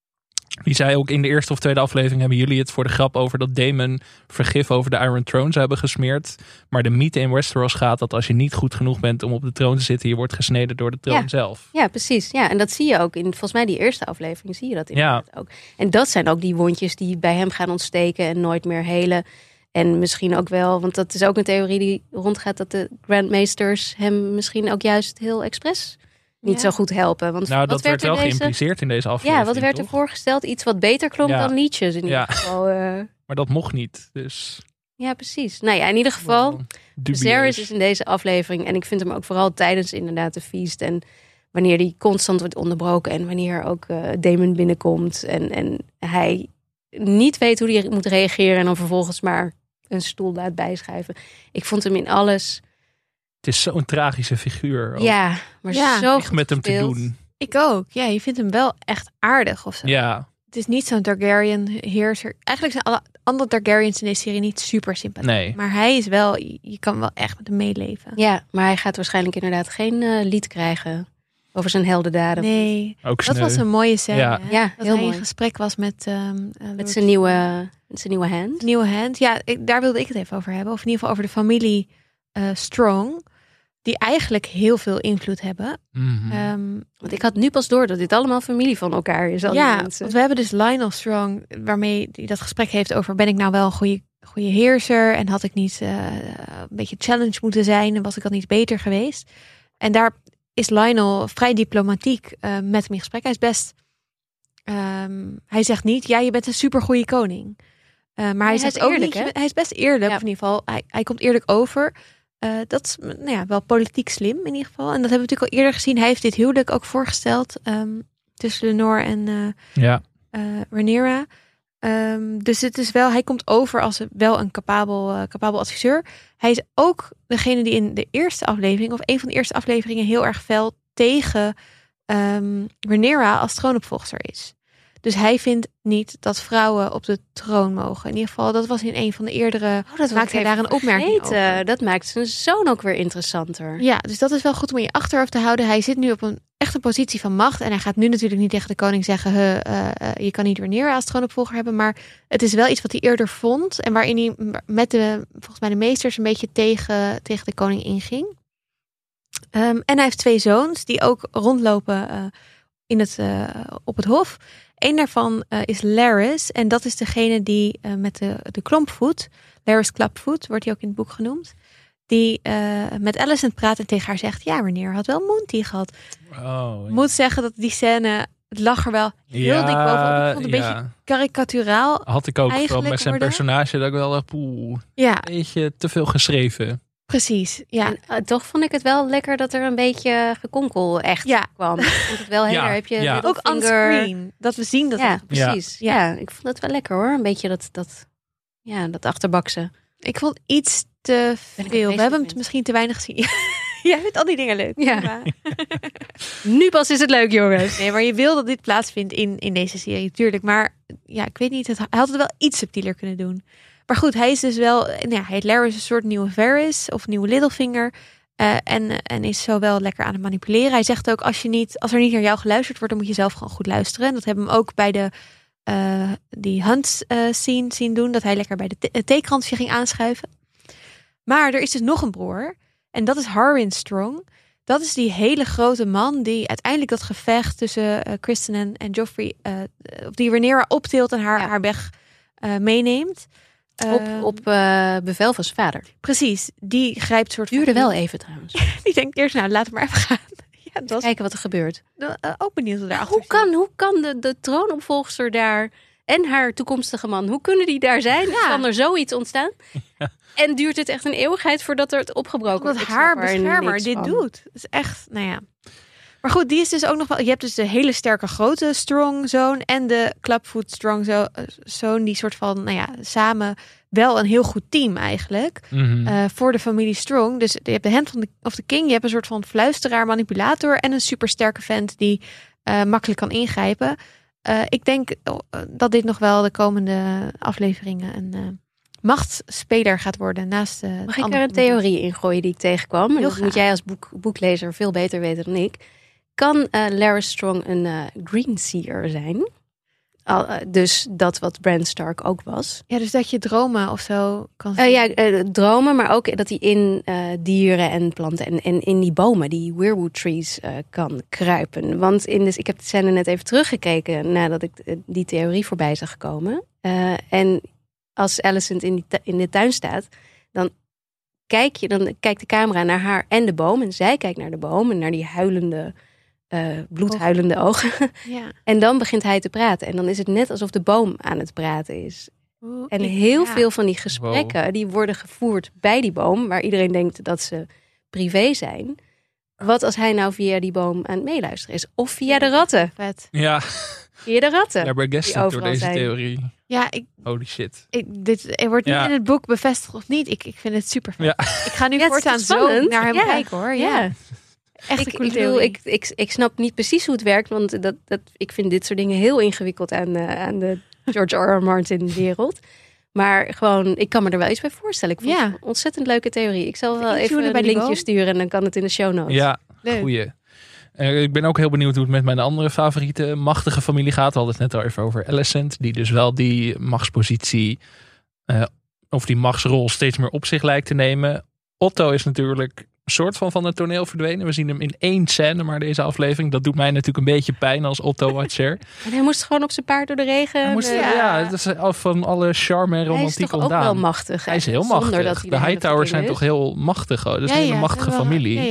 Die zei ook in de eerste of tweede aflevering hebben jullie het voor de grap over dat Daemon vergif over de Iron Throne zou hebben gesmeerd. Maar de mythe in Westeros gaat dat als je niet goed genoeg bent om op de troon te zitten, je wordt gesneden door de troon Ja. zelf. Ja, precies. Ja, en dat zie je ook in volgens mij die eerste aflevering zie je dat inderdaad ook. En dat zijn ook die wondjes die bij hem gaan ontsteken en nooit meer helen. En misschien ook wel, want dat is ook een theorie die rondgaat dat de Grandmeesters hem misschien ook juist heel expres niet Ja. zo goed helpen. Want Nou, wat dat werd er wel deze... geïmpliceerd in deze aflevering. Ja, wat werd er toch? voorgesteld? Iets wat beter klonk Ja. dan liedjes in Ja. ieder geval. uh, Maar dat mocht niet. Dus ja, precies. Nou ja, in ieder geval, dubieus. Viserys is in deze aflevering. En ik vind hem ook vooral tijdens inderdaad de feast. En wanneer die constant wordt onderbroken. En wanneer ook uh, Daemon binnenkomt. En, en hij niet weet hoe hij moet reageren. En dan vervolgens maar een stoel laat bijschuiven. Ik vond hem in alles. Het is zo'n tragische figuur. ook. Ja, maar Ja. zo Echt goed met hem te gespeeld. doen. Ik ook. Ja, je vindt hem wel echt aardig of zo. Ja, Het is niet zo'n Targaryen heerser. Eigenlijk zijn alle andere Targaryens in deze serie niet super sympathiek. nee. Maar hij is wel, je je kan wel echt met hem meeleven. Ja, maar hij gaat waarschijnlijk inderdaad geen uh, lied krijgen over zijn heldendaden. Nee, Ook dat sneu. was een mooie scène. Ja. hè? Ja, dat heel hij mooi. in gesprek was met, um, uh, Met Lord- zijn nieuwe, met zijn nieuwe hand. nieuwe hand. Ja, ik, daar wilde ik het even over hebben. Of in ieder geval over de familie uh, Strong. Die eigenlijk heel veel invloed hebben. Mhm. Um, Want ik had nu pas door dat dit allemaal familie van elkaar is. al die ja, mensen. want we hebben dus Lionel Strong, waarmee hij dat gesprek heeft over: ben ik nou wel een goede, goede heerser? En had ik niet uh, een beetje challenge moeten zijn? En was ik dan niet beter geweest? En daar is Lionel vrij diplomatiek uh, met hem in gesprek. Hij is best Um, hij zegt niet, ja, je bent een supergoeie koning. Uh, maar hij, hij zegt is ook eerlijk, niet, hè? hij is best eerlijk, Ja. of in ieder geval, hij, hij komt eerlijk over. Uh, dat is nou ja, wel politiek slim in ieder geval. En dat hebben we natuurlijk al eerder gezien. Hij heeft dit huwelijk ook voorgesteld um, tussen Lenore en uh, ja. uh, Rhaenyra. Um, dus het is wel, hij komt over als wel een capabel, uh, capabel adviseur. Hij is ook degene die in de eerste aflevering, of een van de eerste afleveringen, heel erg fel tegen um, Rhaenyra als troonopvolgster is. Dus hij vindt niet dat vrouwen op de troon mogen. In ieder geval, dat was in een van de eerdere... Oh, dat maakte hij daar een opmerking over. Dat maakt zijn zoon ook weer interessanter. Ja, dus dat is wel goed om in je achterhoofd te houden. Hij zit nu op een echte positie van macht. En hij gaat nu natuurlijk niet tegen de koning zeggen... Uh, uh, je kan niet Rhaenyra als troonopvolger hebben. Maar het is wel iets wat hij eerder vond. En waarin hij met de, volgens mij de meesters... een beetje tegen, tegen de koning inging. Um, en hij heeft twee zoons die ook rondlopen uh, in het, uh, op het hof... Eén daarvan uh, is Larys. En dat is degene die uh, met de, de klompvoet, Larys Clubfoot, wordt hij ook in het boek genoemd. Die uh, met Alicent praat en tegen haar zegt, ja, Rhaenyra had wel Moonty gehad. Oh, ja. Moet zeggen dat die scène, het lag er wel heel ja, dik bovenop. Ik vond het een ja. beetje karikaturaal. Had ik ook wel eigenlijk met zijn worden. personage dat ik wel dacht, poeh, Ja, een beetje te veel geschreven. precies. Ja. En uh, toch vond ik het wel lekker dat er een beetje gekonkel echt Ja. kwam. Ik vond het wel heel Ja, daar heb je ja. middle Ook on finger. screen. Dat we zien dat Ja, het- precies. Ja. Ja. ik vond het wel lekker hoor. Een beetje dat, dat, ja, dat achterbaksen. Ik vond iets te ik veel. het We hebben hem vreselijk misschien te weinig gezien. Jij vindt al die dingen leuk. Ja. Prima. Nu pas is het leuk, jongens. Nee, maar je wil dat dit plaatsvindt in, in deze serie, tuurlijk. Maar ja, ik weet niet, het, hij had het wel iets subtieler kunnen doen. Maar goed, hij is dus wel, nou ja, hij heeft Larys een soort nieuwe Varys of nieuwe Littlefinger. Uh, en, en is zo wel lekker aan het manipuleren. Hij zegt ook, als, je niet, als er niet naar jou geluisterd wordt, dan moet je zelf gewoon goed luisteren. En dat hebben we hem ook bij de uh, die Hunt uh, scene zien doen. Dat hij lekker bij de the- het theekransje ging aanschuiven. Maar er is dus nog een broer. En dat is Harwin Strong. Dat is die hele grote man die uiteindelijk dat gevecht tussen uh, Kristen en, en Joffrey, uh, of die Rhaenyra optilt en haar, Ja. haar weg uh, meeneemt. Op, Um, op uh, bevel van zijn vader. Precies, die grijpt soort van- Duurde wel even trouwens. Die denkt eerst, nou laat het maar even gaan. Ja, dat was Kijken wat er gebeurt. uh, ook benieuwd wat daarachter Hoe kan, hoe kan de, de troonopvolgster daar en haar toekomstige man, hoe kunnen die daar zijn? Ja. Kan er zoiets ontstaan? Ja. En duurt het echt een eeuwigheid voordat er het opgebroken Omdat wordt? Ik haar snap er beschermer niks dit van. doet. Dat is echt, nou ja. Maar goed, die is dus ook nog wel... Je hebt dus de hele sterke grote strong zoon en de clubfoot strong zo, uh, zoon. Die soort van, nou ja, samen wel een heel goed team eigenlijk. Mhm. Uh, voor de familie Strong. Dus je hebt de hand van de, of de king. Je hebt een soort van fluisteraar, manipulator. En een supersterke vent die uh, makkelijk kan ingrijpen. Uh, ik denk uh, dat dit nog wel de komende afleveringen een uh, machtsspeler gaat worden. Naast uh, Mag ik er een theorie in gooien die ik tegenkwam? En Heel dat graag. moet jij als boek, boeklezer veel beter weten dan ik. Kan uh, Larys Strong een uh, greenseer zijn? Al, uh, dus dat wat Bran Stark ook was. Ja, dus dat je dromen of zo kan zien. Uh, ja, uh, dromen, maar ook dat hij in uh, dieren en planten en, en in die bomen, die weirwood trees, uh, kan kruipen. Want in de, ik heb de scène net even teruggekeken nadat ik uh, die theorie voorbij zag komen. Uh, en als Alicent in, die tu- in de tuin staat, dan kijk je, dan kijkt de camera naar haar en de boom. En zij kijkt naar de boom en naar die huilende, uh, bloedhuilende ogen. Ja. En dan begint hij te praten. En dan is het net alsof de boom aan het praten is. Oeh, En ik- heel ja. veel van die gesprekken die worden gevoerd bij die boom, waar iedereen denkt dat ze privé zijn. Wat als hij nou via die boom aan het meeluisteren is? Of via de ratten? Vet. Ja, Via de ratten. daar ben ik die door overal deze zijn. theorie. Ja, ik, Holy shit. ik, dit er wordt niet Ja. in het boek bevestigd of niet. Ik, ik vind het super vet. Ja. Ik ga nu Ja, het is voortaan toch zo spannend? naar hem Ja. kijken hoor. Ja, Ja. echt Ik, een coole ik bedoel, theorie. ik, ik, ik snap niet precies hoe het werkt, want dat, dat, ik vind dit soort dingen heel ingewikkeld aan, uh, aan de George R. R. Martin wereld. Maar gewoon, ik kan me er wel iets bij voorstellen. Ik vond Ja. het een ontzettend leuke theorie. Ik zal wel Intunen even bij een die linkje boom. sturen en dan kan het in de show notes. Ja, Leuk. goeie. Uh, ik ben ook heel benieuwd hoe het met mijn andere favoriete machtige familie gaat. We hadden het net al even over Alicent. Die dus wel die machtspositie uh, of die machtsrol steeds meer op zich lijkt te nemen. Otto is natuurlijk een soort van van het toneel verdwenen. We zien hem in één scène, maar deze aflevering. Dat doet mij natuurlijk een beetje pijn als Otto-watcher. En hij moest gewoon op zijn paard door de regen. Hij moest, uh, ja, ja, het is al van alle charme en hij is romantiek toch ook ontdaan. wel machtig. Hij is heel zonder machtig. dat hij de hele Hightowers king zijn is. toch heel machtig. Oh. Dat is Ja, een hele ja, machtige wel- familie. Ja, ja.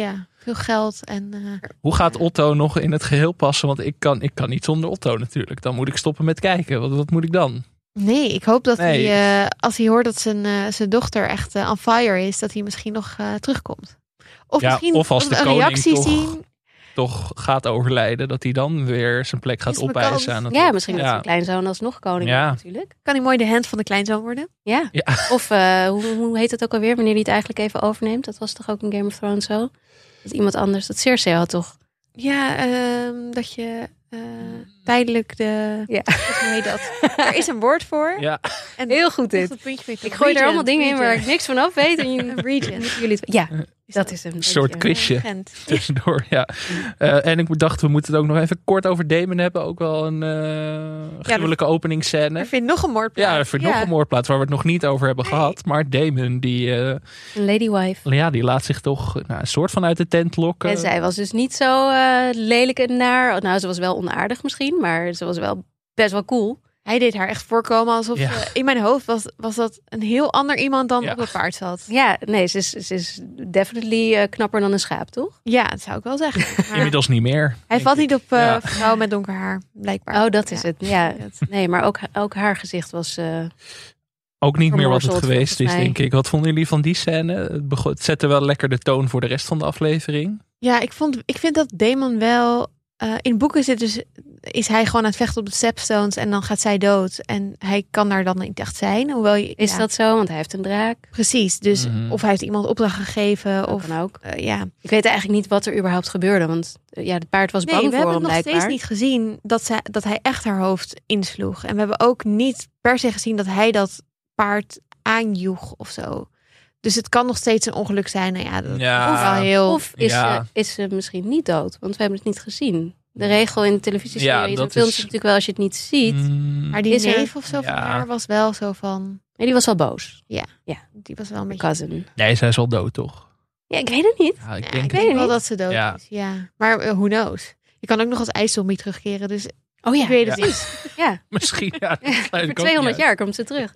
Veel geld en... Uh, Hoe gaat Otto nog in het geheel passen? Want ik kan, ik kan niet zonder Otto natuurlijk. Dan moet ik stoppen met kijken. Wat, wat moet ik dan? Nee, ik hoop dat Nee. hij, uh, als hij hoort dat zijn, uh, zijn dochter echt uh, on fire is, dat hij misschien nog uh, terugkomt. Of Ja, misschien of als de een koning reactie toch- zien. Toch gaat overlijden, dat hij dan weer zijn plek gaat Is mijn opeisen. kans. Aan het Ja, lot. misschien dat Ja. zijn kleinzoon alsnog koning Ja. wordt natuurlijk. Kan hij mooi de hand van de kleinzoon worden? Ja. Ja. Of uh, hoe, hoe heet het ook alweer, wanneer hij het eigenlijk even overneemt? Dat was toch ook in Game of Thrones zo? Dat iemand anders, dat Cersei had toch? Ja, um, dat je uh, tijdelijk de... Ja. Hoe heet dat? Er is een woord voor. Ja. En Heel goed echt dit. dat puntje met Ik gooi er regent, allemaal dingen in waar ik regent. niks van af weet. En je, Een regent. jullie het, ja, Is dat is hem. Een soort Beetje. quizje Regent. tussendoor. Ja. Uh, en ik dacht, we moeten het ook nog even kort over Daemon hebben. Ook wel een uh, gruwelijke openingsscène. Er vindt nog een moord plaats. Ja, er vindt nog een moordplaats waar we het nog niet over hebben Nee. gehad. Maar Daemon, die, uh, Een ladywife. ja, die laat zich toch nou, een soort van uit de tent lokken. En zij was dus niet zo uh, lelijk en naar. Nou, ze was wel onaardig misschien, maar ze was wel best wel cool. Hij deed haar echt voorkomen alsof Ja. ze, in mijn hoofd was, was dat een heel ander iemand dan Ja. op het paard zat. Ja, nee, ze is, ze is definitely uh, knapper dan een schaap, toch? Ja, dat zou ik wel zeggen. Maar Inmiddels niet meer. hij valt niet op uh, Ja. vrouwen met donker haar, blijkbaar. Oh, dat is Ja. het. Ja, Dat- nee, maar ook, ook haar gezicht was... Uh, Ook niet meer wat het Vermorzeld, geweest is, volgens mij. denk ik. Wat vonden jullie van die scène? Het, begon, het zette wel lekker de toon voor de rest van de aflevering. Ja, ik, vond, ik vind dat Daemon wel... Uh, in boeken zit dus, is hij gewoon aan het vechten op de Stepstones en dan gaat zij dood. En hij kan daar dan niet echt zijn. Hoewel je, is ja, dat zo? Want hij heeft een draak. precies. Dus Mhm. of hij heeft iemand opdracht gegeven. Dat Of kan ook. uh, ja. Ik weet eigenlijk niet wat er überhaupt gebeurde. Want uh, ja, het paard was Nee, bang we voor hebben hem nog blijkbaar. steeds niet gezien dat, zij, dat hij echt haar hoofd insloeg. En we hebben ook niet per se gezien dat hij dat paard aanjoeg of zo. Dus het kan nog steeds een ongeluk zijn. Nou ja, dat Ja. is wel heel... Of is, Ja. ze, is ze misschien niet dood? Want we hebben het niet gezien. De regel in de televisieseries Ja, en dat films is- is natuurlijk wel als je het niet ziet. Mm, maar die Is er- neef of zo van Ja. haar was wel zo van... Nee, die was al boos. Die was wel een beetje... Cousin. nee, zij is al dood, toch? Ja, ik weet het niet. Ja, ik Ja, denk ik het weet het wel niet. dat ze dood Ja. is. Ja. Maar uh, who knows? Je kan ook nog als ijszombie terugkeren. Dus Oh ja, ik weet het Ja. niet. ja. misschien. Ja, dat sluit ik Voor ook niet tweehonderd uit. jaar komt ze terug.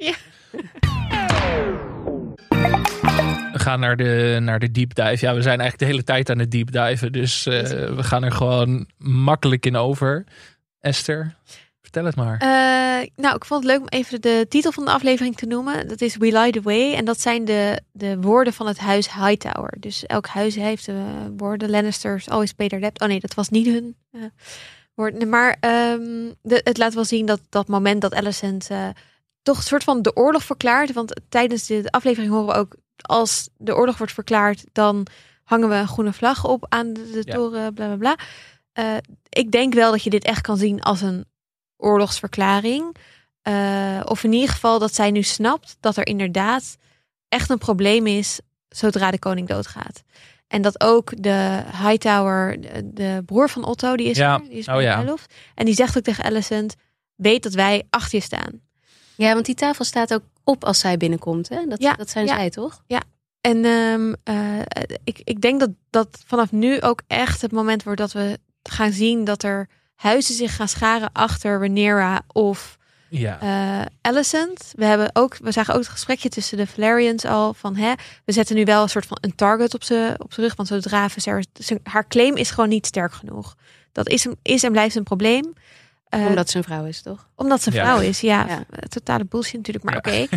We gaan naar de, naar de deep dive. Ja, we zijn eigenlijk de hele tijd aan het deep diven. Dus uh, we gaan er gewoon makkelijk in over. Esther, vertel het maar. Uh, nou, ik vond het leuk om even de titel van de aflevering te noemen. Dat is We Lie the Way. En dat zijn de, de woorden van het huis Hightower. Dus elk huis heeft de woorden. Lannisters, always pay their debt. Oh nee, dat was niet hun uh, woorden. Maar um, de, het laat wel zien dat dat moment dat Alicent uh, toch een soort van de oorlog verklaart. Want tijdens de, de aflevering horen we ook... Als de oorlog wordt verklaard, dan hangen we een groene vlag op aan de, de Ja. toren, bla bla bla. Uh, ik denk wel dat je dit echt kan zien als een oorlogsverklaring. Uh, of in ieder geval dat zij nu snapt dat er inderdaad echt een probleem is zodra de koning doodgaat. En dat ook de Hightower, de, de broer van Otto, die is Ja. er, die is Oh bij de ja. bruiloft. En die zegt ook tegen Alicent, weet dat wij achter je staan. Ja, want die tafel staat ook op als zij binnenkomt. Hè? Dat, Ja, dat zijn ja. zij, toch? En um, uh, ik, ik denk dat dat vanaf nu ook echt het moment wordt dat we gaan zien dat er huizen zich gaan scharen achter Rhaenyra of Ja. uh, Alicent. We hebben ook, we zagen ook het gesprekje tussen de Valerians al van, hè, we zetten nu wel een soort van een target op ze op z'n rug, want zodra Viserys, haar claim is gewoon niet sterk genoeg. Dat is, is en blijft een probleem. Uh, Omdat ze een vrouw is, toch? Omdat ze een Ja. vrouw is, ja. Ja. Totale bullshit natuurlijk, maar Ja. oké.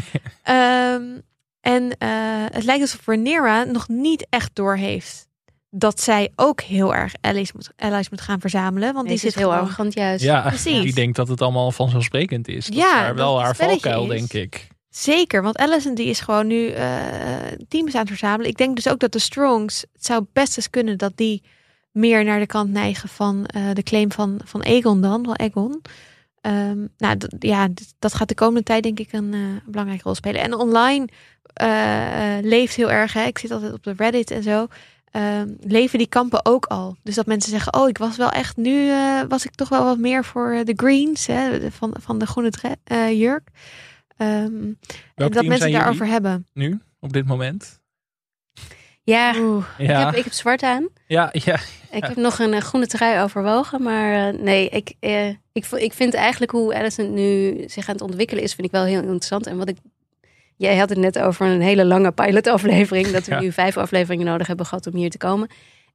um, en uh, het lijkt alsof Rhaenyra nog niet echt doorheeft dat zij ook heel erg allies moet, allies moet gaan verzamelen. Want Nee, die ze is zit heel gewoon... arrogant juist. ja, precies. die denkt dat het allemaal vanzelfsprekend is. Dat Ja, is haar, wel dat haar het spelletje valkuil, is. denk ik. Zeker, want Alicent die is gewoon nu uh, teams aan het verzamelen. Ik denk dus ook dat de Strongs, het zou best eens kunnen dat die meer naar de kant neigen van uh, de claim van, van Aegon dan, van Aegon. Um, nou, d- ja, d- dat gaat de komende tijd denk ik een uh, belangrijke rol spelen. En online uh, uh, leeft heel erg, hè. Ik zit altijd op de Reddit en zo. Um, leven die kampen ook al. Dus dat mensen zeggen, oh, ik was wel echt, nu uh, was ik toch wel wat meer voor uh, de Greens, hè, van, van de groene dre- uh, jurk. Um, en dat team mensen zijn daarover jullie? hebben. Nu, op dit moment. Ja, Oeh. ik, Ja, heb, ik heb zwart aan. ja, ja. Ik heb nog een uh, groene trui overwogen. Maar uh, nee, ik, uh, ik, v- ik vind eigenlijk hoe Alicent nu zich aan het ontwikkelen is, vind ik wel heel interessant. En wat ik... Jij had het net over een hele lange pilotaflevering. Dat we Ja. nu vijf afleveringen nodig hebben gehad om hier te komen.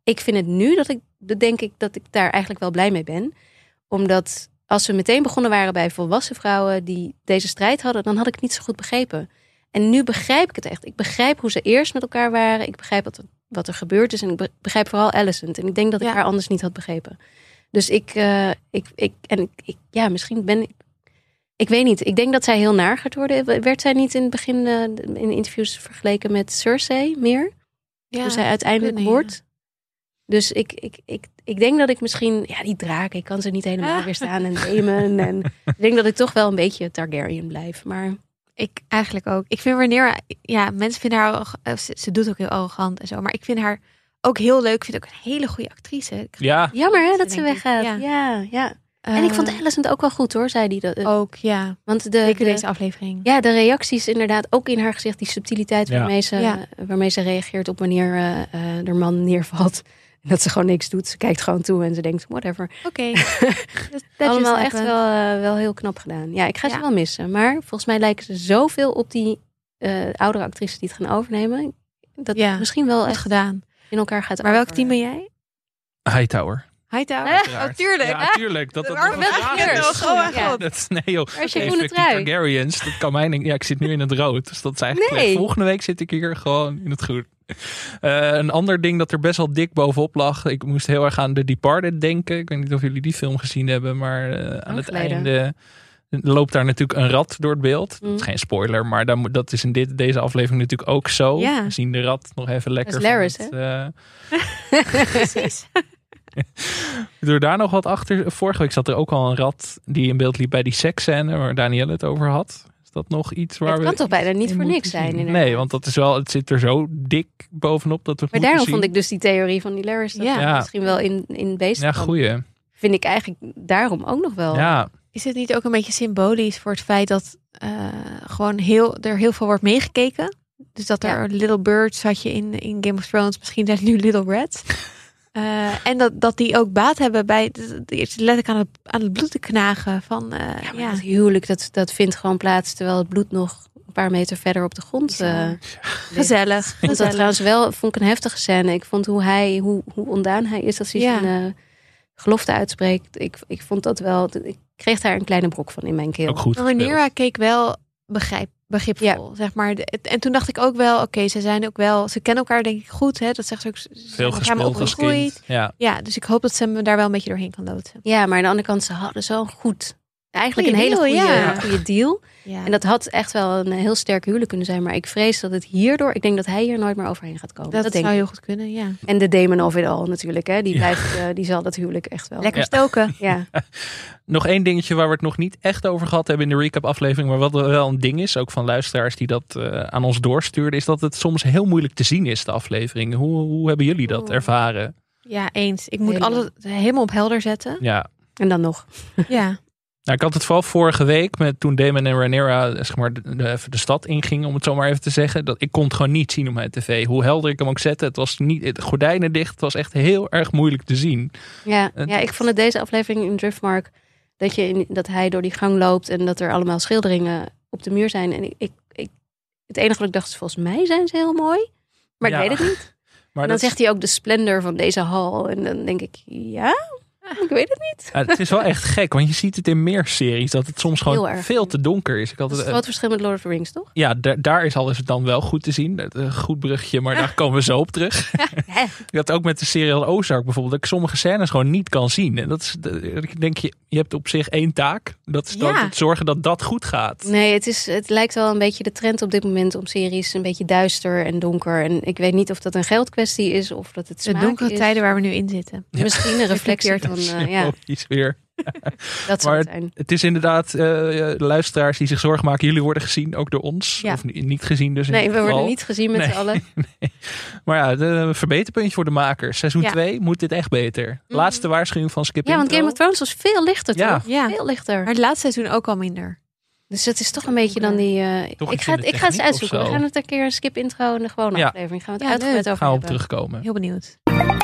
ik vind het nu dat ik, dat denk ik dat ik daar eigenlijk wel blij mee ben. Omdat als we meteen begonnen waren bij volwassen vrouwen die deze strijd hadden, dan had ik het niet zo goed begrepen. En nu begrijp ik het echt. Ik begrijp hoe ze eerst met elkaar waren. Ik begrijp wat er, wat er gebeurd is. En ik begrijp vooral Alicent. En ik denk dat ik Ja. haar anders niet had begrepen. Dus ik, uh, ik, ik en ik, ik, ja, misschien ben ik, ik weet niet. Ik denk dat zij heel naar gaat worden. Werd zij niet in het begin uh, in interviews vergeleken met Cersei meer? Ja, Hoe zij uiteindelijk kunnen, wordt. Dus ik, ik, ik, ik denk dat ik misschien, ja, die draken, ik kan ze niet helemaal Ah. weerstaan. En Daemon. En ik denk dat ik toch wel een beetje Targaryen blijf. Maar Ik eigenlijk ook. Ik vind wanneer, ja, mensen vinden haar, arrog- eh, ze, ze doet ook heel arrogant en zo, maar ik vind haar ook heel leuk. Ik vind ook een hele goede actrice. Ik- Ja, jammer hè, dat ze denk ik. weggaat. Ja. Ja, ja. En ik vond Eh, Alicent ook wel goed hoor, zei die dat. ook, ja. Want de, Zeker de- deze aflevering. ja, de reacties inderdaad, ook in haar gezicht, die subtiliteit Ja. waarmee, ze, Ja. waarmee ze reageert op wanneer uh, uh, haar man neervalt. En dat ze gewoon niks doet. Ze kijkt gewoon toe en ze denkt, whatever. Oké. Allemaal echt wel, uh, wel heel knap gedaan. Ja, ik ga ze Ja. wel missen. Maar volgens mij lijken ze zoveel op die uh, oudere actrices die het gaan overnemen. Dat Ja, het misschien wel Goed echt gedaan. in elkaar gaat. Maar welk over. team ben jij? Hightower. Hightower? Uiteraard. Oh, tuurlijk. Ja, tuurlijk. Dat, dat, Waarom dat ben een ik vraag hier is. nog? Oh mijn Ja. god. Dat, nee joh. Waar is je Nee, groene fuck die trui? Targaryens, dat kan mij niet. Ja, ik zit nu in het rood. Dus dat is eigenlijk Nee. slecht. Volgende week zit ik hier gewoon in het groen. Uh, een ander ding dat er best wel dik bovenop lag. Ik moest heel erg aan The Departed denken. Ik weet niet of jullie die film gezien hebben. Maar uh, aan het geleden. einde loopt daar natuurlijk een rat door het beeld. Mm. Dat is geen spoiler. Maar dan, moet- dat is in dit, deze aflevering natuurlijk ook zo. Ja. We zien de rat nog even lekker. Dat is Larys, van het, uh, Precies. Door daar nog wat achter. Vorige week zat er ook al een rat die in beeld liep bij die seksscène waar Danielle het over had. Is dat nog iets waar Het we... kan toch bijna niet in voor niks moeten zijn. zien? Inderdaad. Nee, want dat is wel, het zit er zo dik bovenop dat we het Maar moeten daarom zien. vond ik dus die theorie van die Larys dat Ja. het Ja. misschien wel in, in beest Ja, kwam. goeie. Vind ik eigenlijk daarom ook nog wel. Ja, Is het niet ook een beetje symbolisch voor het feit dat uh, gewoon heel, er heel veel wordt meegekeken? Dus dat er Ja. Little Birds had je in, in Game of Thrones, misschien zijn het nu Little Rats. Uh, en dat, dat die ook baat hebben bij letterlijk aan het, aan het bloed te knagen. Van, uh, Ja, maar ja. dat huwelijk, dat, dat vindt gewoon plaats terwijl het bloed nog een paar meter verder op de grond uh, Ja. ligt. Gezellig. Ik vond dat gezellig. trouwens wel, vond ik een heftige scène. Ik vond hoe hij, hoe, hoe ondaan hij is als hij Ja. zijn uh, gelofte uitspreekt. Ik, ik vond dat wel, ik kreeg daar een kleine brok van in mijn keel. ook goed Maar gespeeld. Rhaenyra keek wel begrijp, begripvol, zeg maar. De- En toen dacht ik ook wel, oké, okay, ze zijn ook wel, ze kennen elkaar denk ik goed, hè? Dat zegt ze ook. Ze zijn Veel ook samen gespeeld als opgegroeid. kind. Ja. Ja, dus ik hoop dat ze me daar wel een beetje doorheen kan loodsen. Ja, maar aan de andere kant, ze hadden zo'n goed, eigenlijk Goeie een hele deal, goede, ja. goede deal. Ja. En dat had echt wel een heel sterk huwelijk kunnen zijn. Maar ik vrees dat het hierdoor, ik denk dat hij hier nooit meer overheen gaat komen. dat Dat, denk zou ik. heel goed kunnen, ja. En de Damon of it all natuurlijk, hè? Die Ja. blijft, uh, die zal dat huwelijk echt wel. Lekker Ja. stoken. Ja. Nog één dingetje waar we het nog niet echt over gehad hebben in de recap aflevering. Maar wat wel een ding is, ook van luisteraars die dat uh, aan ons doorstuurden. Is dat het soms heel moeilijk te zien is, de aflevering. Hoe, hoe hebben jullie dat Oh. ervaren? Ja, eens. Ik moet Helemaal. alles helemaal op helder zetten. Ja. En dan nog. Ja. Nou, ik had het vooral vorige week met toen Daemon en Rhaenyra zeg maar, de, de, even de stad ingingen, om het zo maar even te zeggen. Dat, ik kon het gewoon niet zien op mijn tv. Hoe helder ik hem ook zette. Het was niet het gordijnen dicht. Het was echt heel erg moeilijk te zien. Ja, En- ja, ik vond het deze aflevering in Driftmark dat, je in, dat hij door die gang loopt en dat er allemaal schilderingen op de muur zijn. En ik, ik, ik, het enige wat ik dacht is, volgens mij zijn ze heel mooi. Maar Ja. ik weet het niet. Maar En dan dat- zegt hij ook de splendor van deze hal. En dan denk ik, ja, ik weet het niet. ja, het is wel echt gek, want je ziet het in meer series dat het soms Heel gewoon erg. veel te donker is. Ik had Dat is het, het groot verschil met Lord of the Rings, toch? ja, daar, daar is alles dan wel goed te zien. Het, Een goed bruggetje, maar daar komen we zo op terug. Hè? Ik had ook met de serie Ozark bijvoorbeeld, dat ik sommige scènes gewoon niet kan zien. En dat is, ik denk je, je hebt op zich één taak. Dat is dan Ja. het zorgen dat dat goed gaat. Nee, het, is, het lijkt wel een beetje de trend op dit moment om series een beetje duister en donker. En ik weet niet of dat een geldkwestie is of dat het De smaak donkere is. tijden waar we nu in zitten. Misschien een reflectie van, uh, ja, Iets weer. dat zou Maar het zijn. Het is inderdaad uh, de luisteraars die zich zorgen maken. Jullie worden gezien, ook door ons. Ja. Of ni- niet gezien dus in Nee, dit we worden geval. niet gezien met Nee. z'n allen. Maar ja, de verbeterpuntje voor de makers. Seizoen Ja. twee moet dit echt beter. Laatste waarschuwing van Skip Ja, want Intro. Game of Thrones was veel lichter, Ja. toch? Ja. Veel lichter. Maar het laatste seizoen ook al minder. Dus het is toch een beetje dan die... uh, Toch ik iets ga in het, de ik ga het eens techniek uitzoeken. of We zo. gaan het een keer een skip intro en de gewone Ja. aflevering. Gaan we het Ja, uitgebreid leuk. over Gaan we op hebben. terugkomen. Heel benieuwd.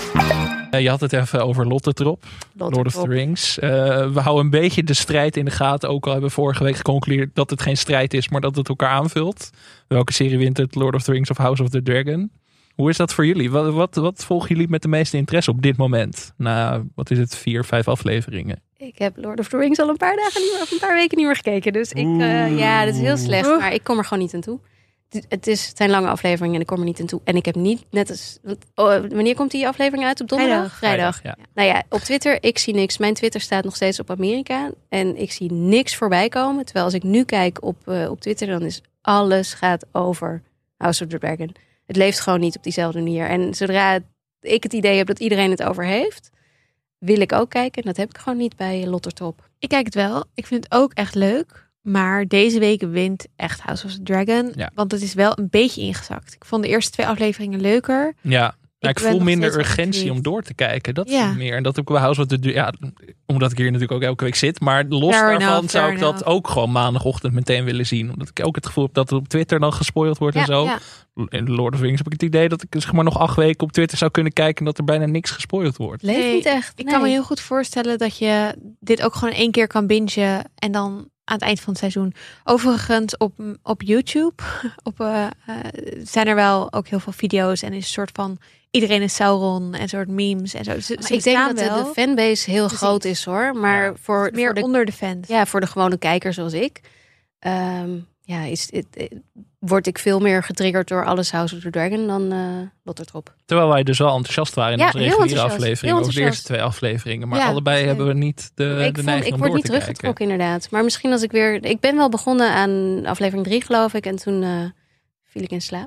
Uh, je had het even over Lotte erop. Lotte Lord of erop. the Rings. Uh, we houden een beetje de strijd in de gaten. Ook al hebben we vorige week geconcludeerd dat het geen strijd is, maar dat het elkaar aanvult. Welke serie wint het? Lord of the Rings of House of the Dragon? Hoe is dat voor jullie? Wat, wat, wat volgen jullie met de meeste interesse op dit moment? Na, wat is het, vier, vijf afleveringen? Ik heb Lord of the Rings al een paar dagen niet meer, of een paar weken niet meer gekeken. Dus ik, uh, ja, dat is heel slecht. Oeh. Maar ik kom er gewoon niet aan toe. Het, het, is, het zijn lange afleveringen en ik kom er niet aan toe. En ik heb niet net als... Want, oh, wanneer komt die aflevering uit? Op donderdag? Vrijdag. Vrijdag. Ja. Nou ja, op Twitter, ik zie niks. Mijn Twitter staat nog steeds op Amerika. En ik zie niks voorbij komen. Terwijl als ik nu kijk op, uh, op Twitter, dan is alles gaat over House of the Dragon. Het leeft gewoon niet op diezelfde manier. En zodra ik het idee heb dat iedereen het over heeft, wil ik ook kijken. En dat heb ik gewoon niet bij Lottertop. Ik kijk het wel. Ik vind het ook echt leuk. Maar deze week wint echt House of the Dragon. Ja. Want het is wel een beetje ingezakt. Ik vond de eerste twee afleveringen leuker. Ja, ik, ik ben voel nog minder steeds wel urgentie intrigued. om door te kijken. Dat is Ja. het meer. En dat heb ik bij House of the Dragon. Ja, omdat ik hier natuurlijk ook elke week zit. Maar los Fair daarvan enough, zou fair ik dat enough. ook gewoon maandagochtend meteen willen zien. Omdat ik ook het gevoel heb dat het op Twitter dan gespoild wordt en zo. Ja. In Lord of the Rings heb ik het idee dat ik zeg maar nog acht weken op Twitter zou kunnen kijken en dat er bijna niks gespoild wordt. Leeft Nee, niet echt. Ik nee. kan me heel goed voorstellen dat je dit ook gewoon één keer kan bingen. En dan aan het eind van het seizoen. Overigens op, op YouTube op, uh, uh, zijn er wel ook heel veel video's. En is een soort van iedereen is Sauron en soort memes en zo. Dus, Maar ze ik denk bestaan dat de, wel. de fanbase heel Precies. groot is hoor. Maar Ja. voor, meer voor, de, onder de fans. ja, voor de gewone kijker zoals ik, um, ja, is, het, het, word ik veel meer getriggerd door alles House of the Dragon dan uh, Lottertrop. Terwijl wij dus wel enthousiast waren in Ja, onze heel reguliere enthousiast. aflevering Heel over de eerste enthousiast. twee afleveringen. Maar Ja, allebei ja. hebben we niet de, ik de vond, neiging ik om word door niet te kijken. teruggetrokken inderdaad. Maar misschien als ik weer... Ik ben wel begonnen aan aflevering drie geloof ik. En toen uh, viel ik in slaap.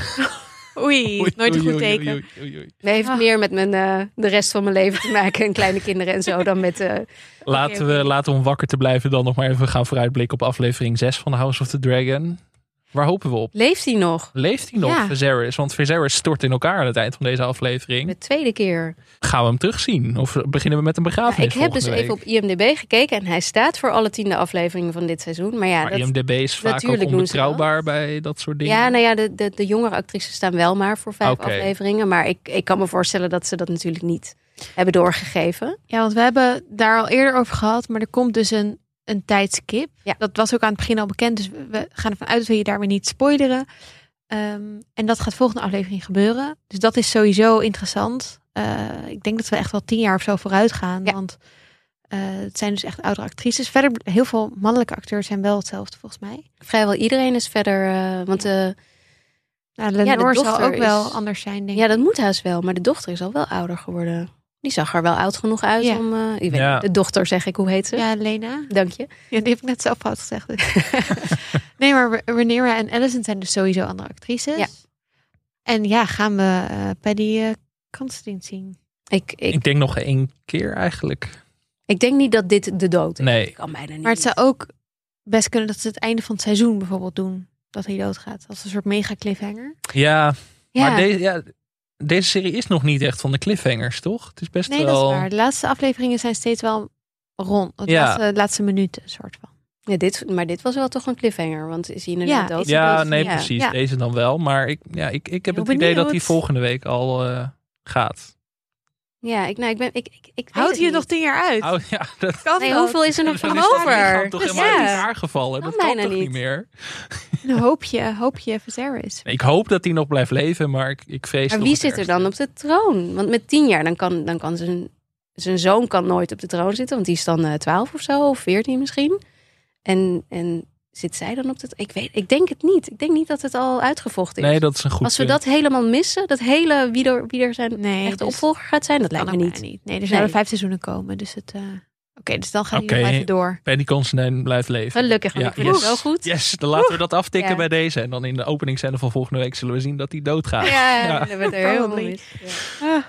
Oei, Oei, nooit een oei, goed oei, teken. oei, oei, oei. Het heeft Ah. meer met mijn, uh, de rest van mijn leven te maken. En kleine kinderen en zo. Dan met... Uh, Laten, oké. we, laten we om wakker te blijven dan nog maar even gaan vooruitblikken op aflevering zes van House of the Dragon. Waar hopen we op? leeft hij nog? Leeft hij nog, Ja. Viserys? Want Viserys stort in elkaar aan het eind van deze aflevering. De tweede keer. Gaan we hem terugzien? Of beginnen we met een Ja, begrafenis ik heb dus volgende even op week? I M D B gekeken. En hij staat voor alle tiende afleveringen van dit seizoen. Maar ja, Maar dat, I M D B is vaak ook natuurlijk doen ze onbetrouwbaar bij dat soort dingen. ja, nou ja, de, de, de jongere actrices staan wel maar voor vijf Oké. afleveringen. Maar ik, ik kan me voorstellen dat ze dat natuurlijk niet hebben doorgegeven. Ja, want we hebben daar al eerder over gehad. Maar er komt dus een, een tijdskip. Ja. Dat was ook aan het begin al bekend. Dus we, we gaan ervan uit dat we je daar weer niet spoileren. Um, en dat gaat volgende aflevering gebeuren. Dus dat is sowieso interessant. Uh, ik denk dat we echt wel tien jaar of zo vooruit gaan. Ja. Want uh, het zijn dus echt oudere actrices. Verder, heel veel mannelijke acteurs zijn wel hetzelfde volgens mij. Vrijwel iedereen is verder... Uh, want uh, Nou, Lenore zal dochter ook wel is- anders zijn, denk ja, ik. dat moet haast wel. Maar de dochter is al wel ouder geworden. Die zag er wel oud genoeg uit Ja. om... Uh, ik weet Ja. niet, de dochter zeg ik, hoe heet ze? Ja, Lena. Dank je. Ja, die heb ik net zelf fout gezegd. Dus. Nee, maar Rhaenyra en Alicent zijn dus sowieso andere actrices. Ja. En ja, gaan we uh, Paddy uh, Considine zien. Ik, ik, Ik denk nog één keer eigenlijk. ik denk niet dat dit de dood is. Nee. Ik kan bijna niet. Maar het zou ook best kunnen dat ze het einde van het seizoen bijvoorbeeld doen. Dat hij doodgaat. Als een soort mega cliffhanger. Ja, ja. maar deze, ja, deze serie is nog niet echt van de cliffhangers, toch? Het is best Nee, wel... dat is waar. De laatste afleveringen zijn steeds wel rond. De Ja. laatste, laatste minuten, soort van. Ja, dit, maar dit was wel toch een cliffhanger. Want is hij inderdaad Ja, dood? Ja, Dus, nee, ja. precies. Ja. Deze dan wel. Maar ik, ja, ik, ik heb Heel het idee dat hij benieuwd. volgende week al uh, gaat. Ja, ik, nou, ik ben... Ik, ik, ik weet Houd het je niet. nog tien jaar uit? Oh ja, dat, Kan Nee, dat? hoeveel is er nog dan van is dat over? lichaam toch Dus helemaal ja. uit elkaar gevallen. Kan Dat kan bijna toch niet niet. meer? Een hoopje, hoopje Viserys. Ik hoop dat hij nog blijft leven, maar ik, ik vrees Maar toch wie het zit er ergste. dan op de troon? Want met tien jaar, dan kan, dan kan zijn, zijn zoon kan nooit op de troon zitten. Want die is dan uh, twaalf of zo, of veertien misschien. En, en zit zij dan op de troon? Ik weet, ik denk het niet. Ik denk niet dat het al uitgevochten is. Nee, dat is een goed Als we punt. dat helemaal missen, dat hele wie er, wie er zijn Nee, echte dus opvolger gaat zijn, dat kan lijkt me ook niet. bijna niet. Nee, er zouden Nee. vijf seizoenen komen. Dus het... Uh... Oké, dus dan gaat hij Oké. nog even door. Paddy Considine blijft leven. Gelukkig, want Ja, ik vind yes. het zo goed. Yes, dan laten we dat aftikken Ja. bij deze. En dan in de openingscène van volgende week zullen we zien dat hij doodgaat. Ja, ja, Ja. dat wordt er helemaal Probably. mis. Ja.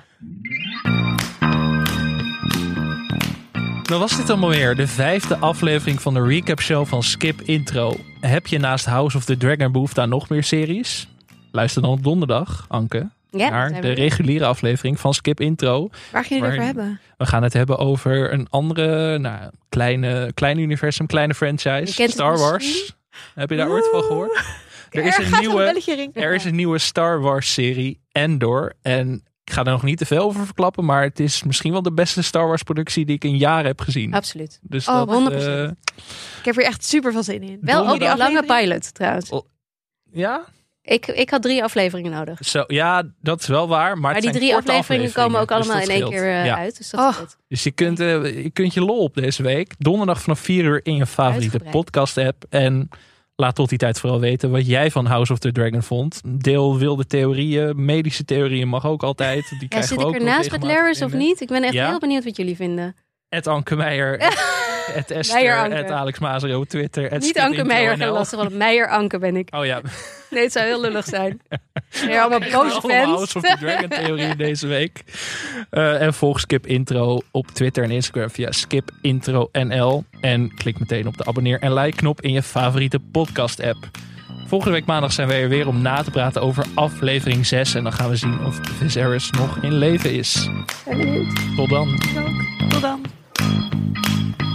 Dan was dit allemaal weer de vijfde aflevering van de recap show van Skip Intro. Heb je naast House of the Dragon behoefte aan nog meer series? Luister dan op donderdag, Anke, Ja, naar zijn de we. reguliere aflevering van Skip Intro. Waar gaan jullie het over Waarin- hebben? We gaan het hebben over een andere nou, kleine, klein universum, kleine Je franchise. kent het Star Wars. misschien? Heb je daar ooit van gehoord? Er is, een nieuwe, er is een nieuwe Star Wars serie, Endor. En ik ga er nog niet te veel over verklappen. Maar het is misschien wel de beste Star Wars productie die ik in jaren heb gezien. Absoluut. Dus Oh, dat, honderd eh, procent. Ik heb er echt super veel zin in. Wel ook Donderdag. een lange pilot trouwens. ja? Ik, ik had drie afleveringen nodig. Zo, ja, dat is wel waar. Maar, Maar het die zijn drie korte afleveringen komen ook dus allemaal dat in één scheelt. keer uh, Ja. uit. Dus dat Oh. is goed. Dus je kunt, uh, je kunt je lol op deze week. Donderdag vanaf vier uur in je favoriete Uitgebreid. podcast app. En laat tot die tijd vooral weten wat jij van House of the Dragon vond. Deel wilde theorieën. Medische theorieën mag ook altijd. Die Ja, krijgen zit we ik ook nog ernaast met regelmatig Laris of binnen. niet? Ik ben echt Ja? heel benieuwd wat jullie vinden. Het Anke Meijer. Het Esther. Meijer Anke. Het Alex Mazer op Twitter. Het Niet Skip Anke Intro Meijer, N L. geen lastig, want Meijer Anke ben ik. Oh ja. Nee, het zou heel lullig zijn. Ja, allemaal boze Allemaal fans. House of the Dragon theorie deze week. Uh, en volg Skip Intro op Twitter en Instagram via Skip Intro N L. En klik meteen op de abonneer en like knop in je favoriete podcast app. Volgende week maandag zijn wij er weer om na te praten over aflevering zes. En dan gaan we zien of Viserys nog in leven is. Ben benieuwd. Tot dan. Tot dan.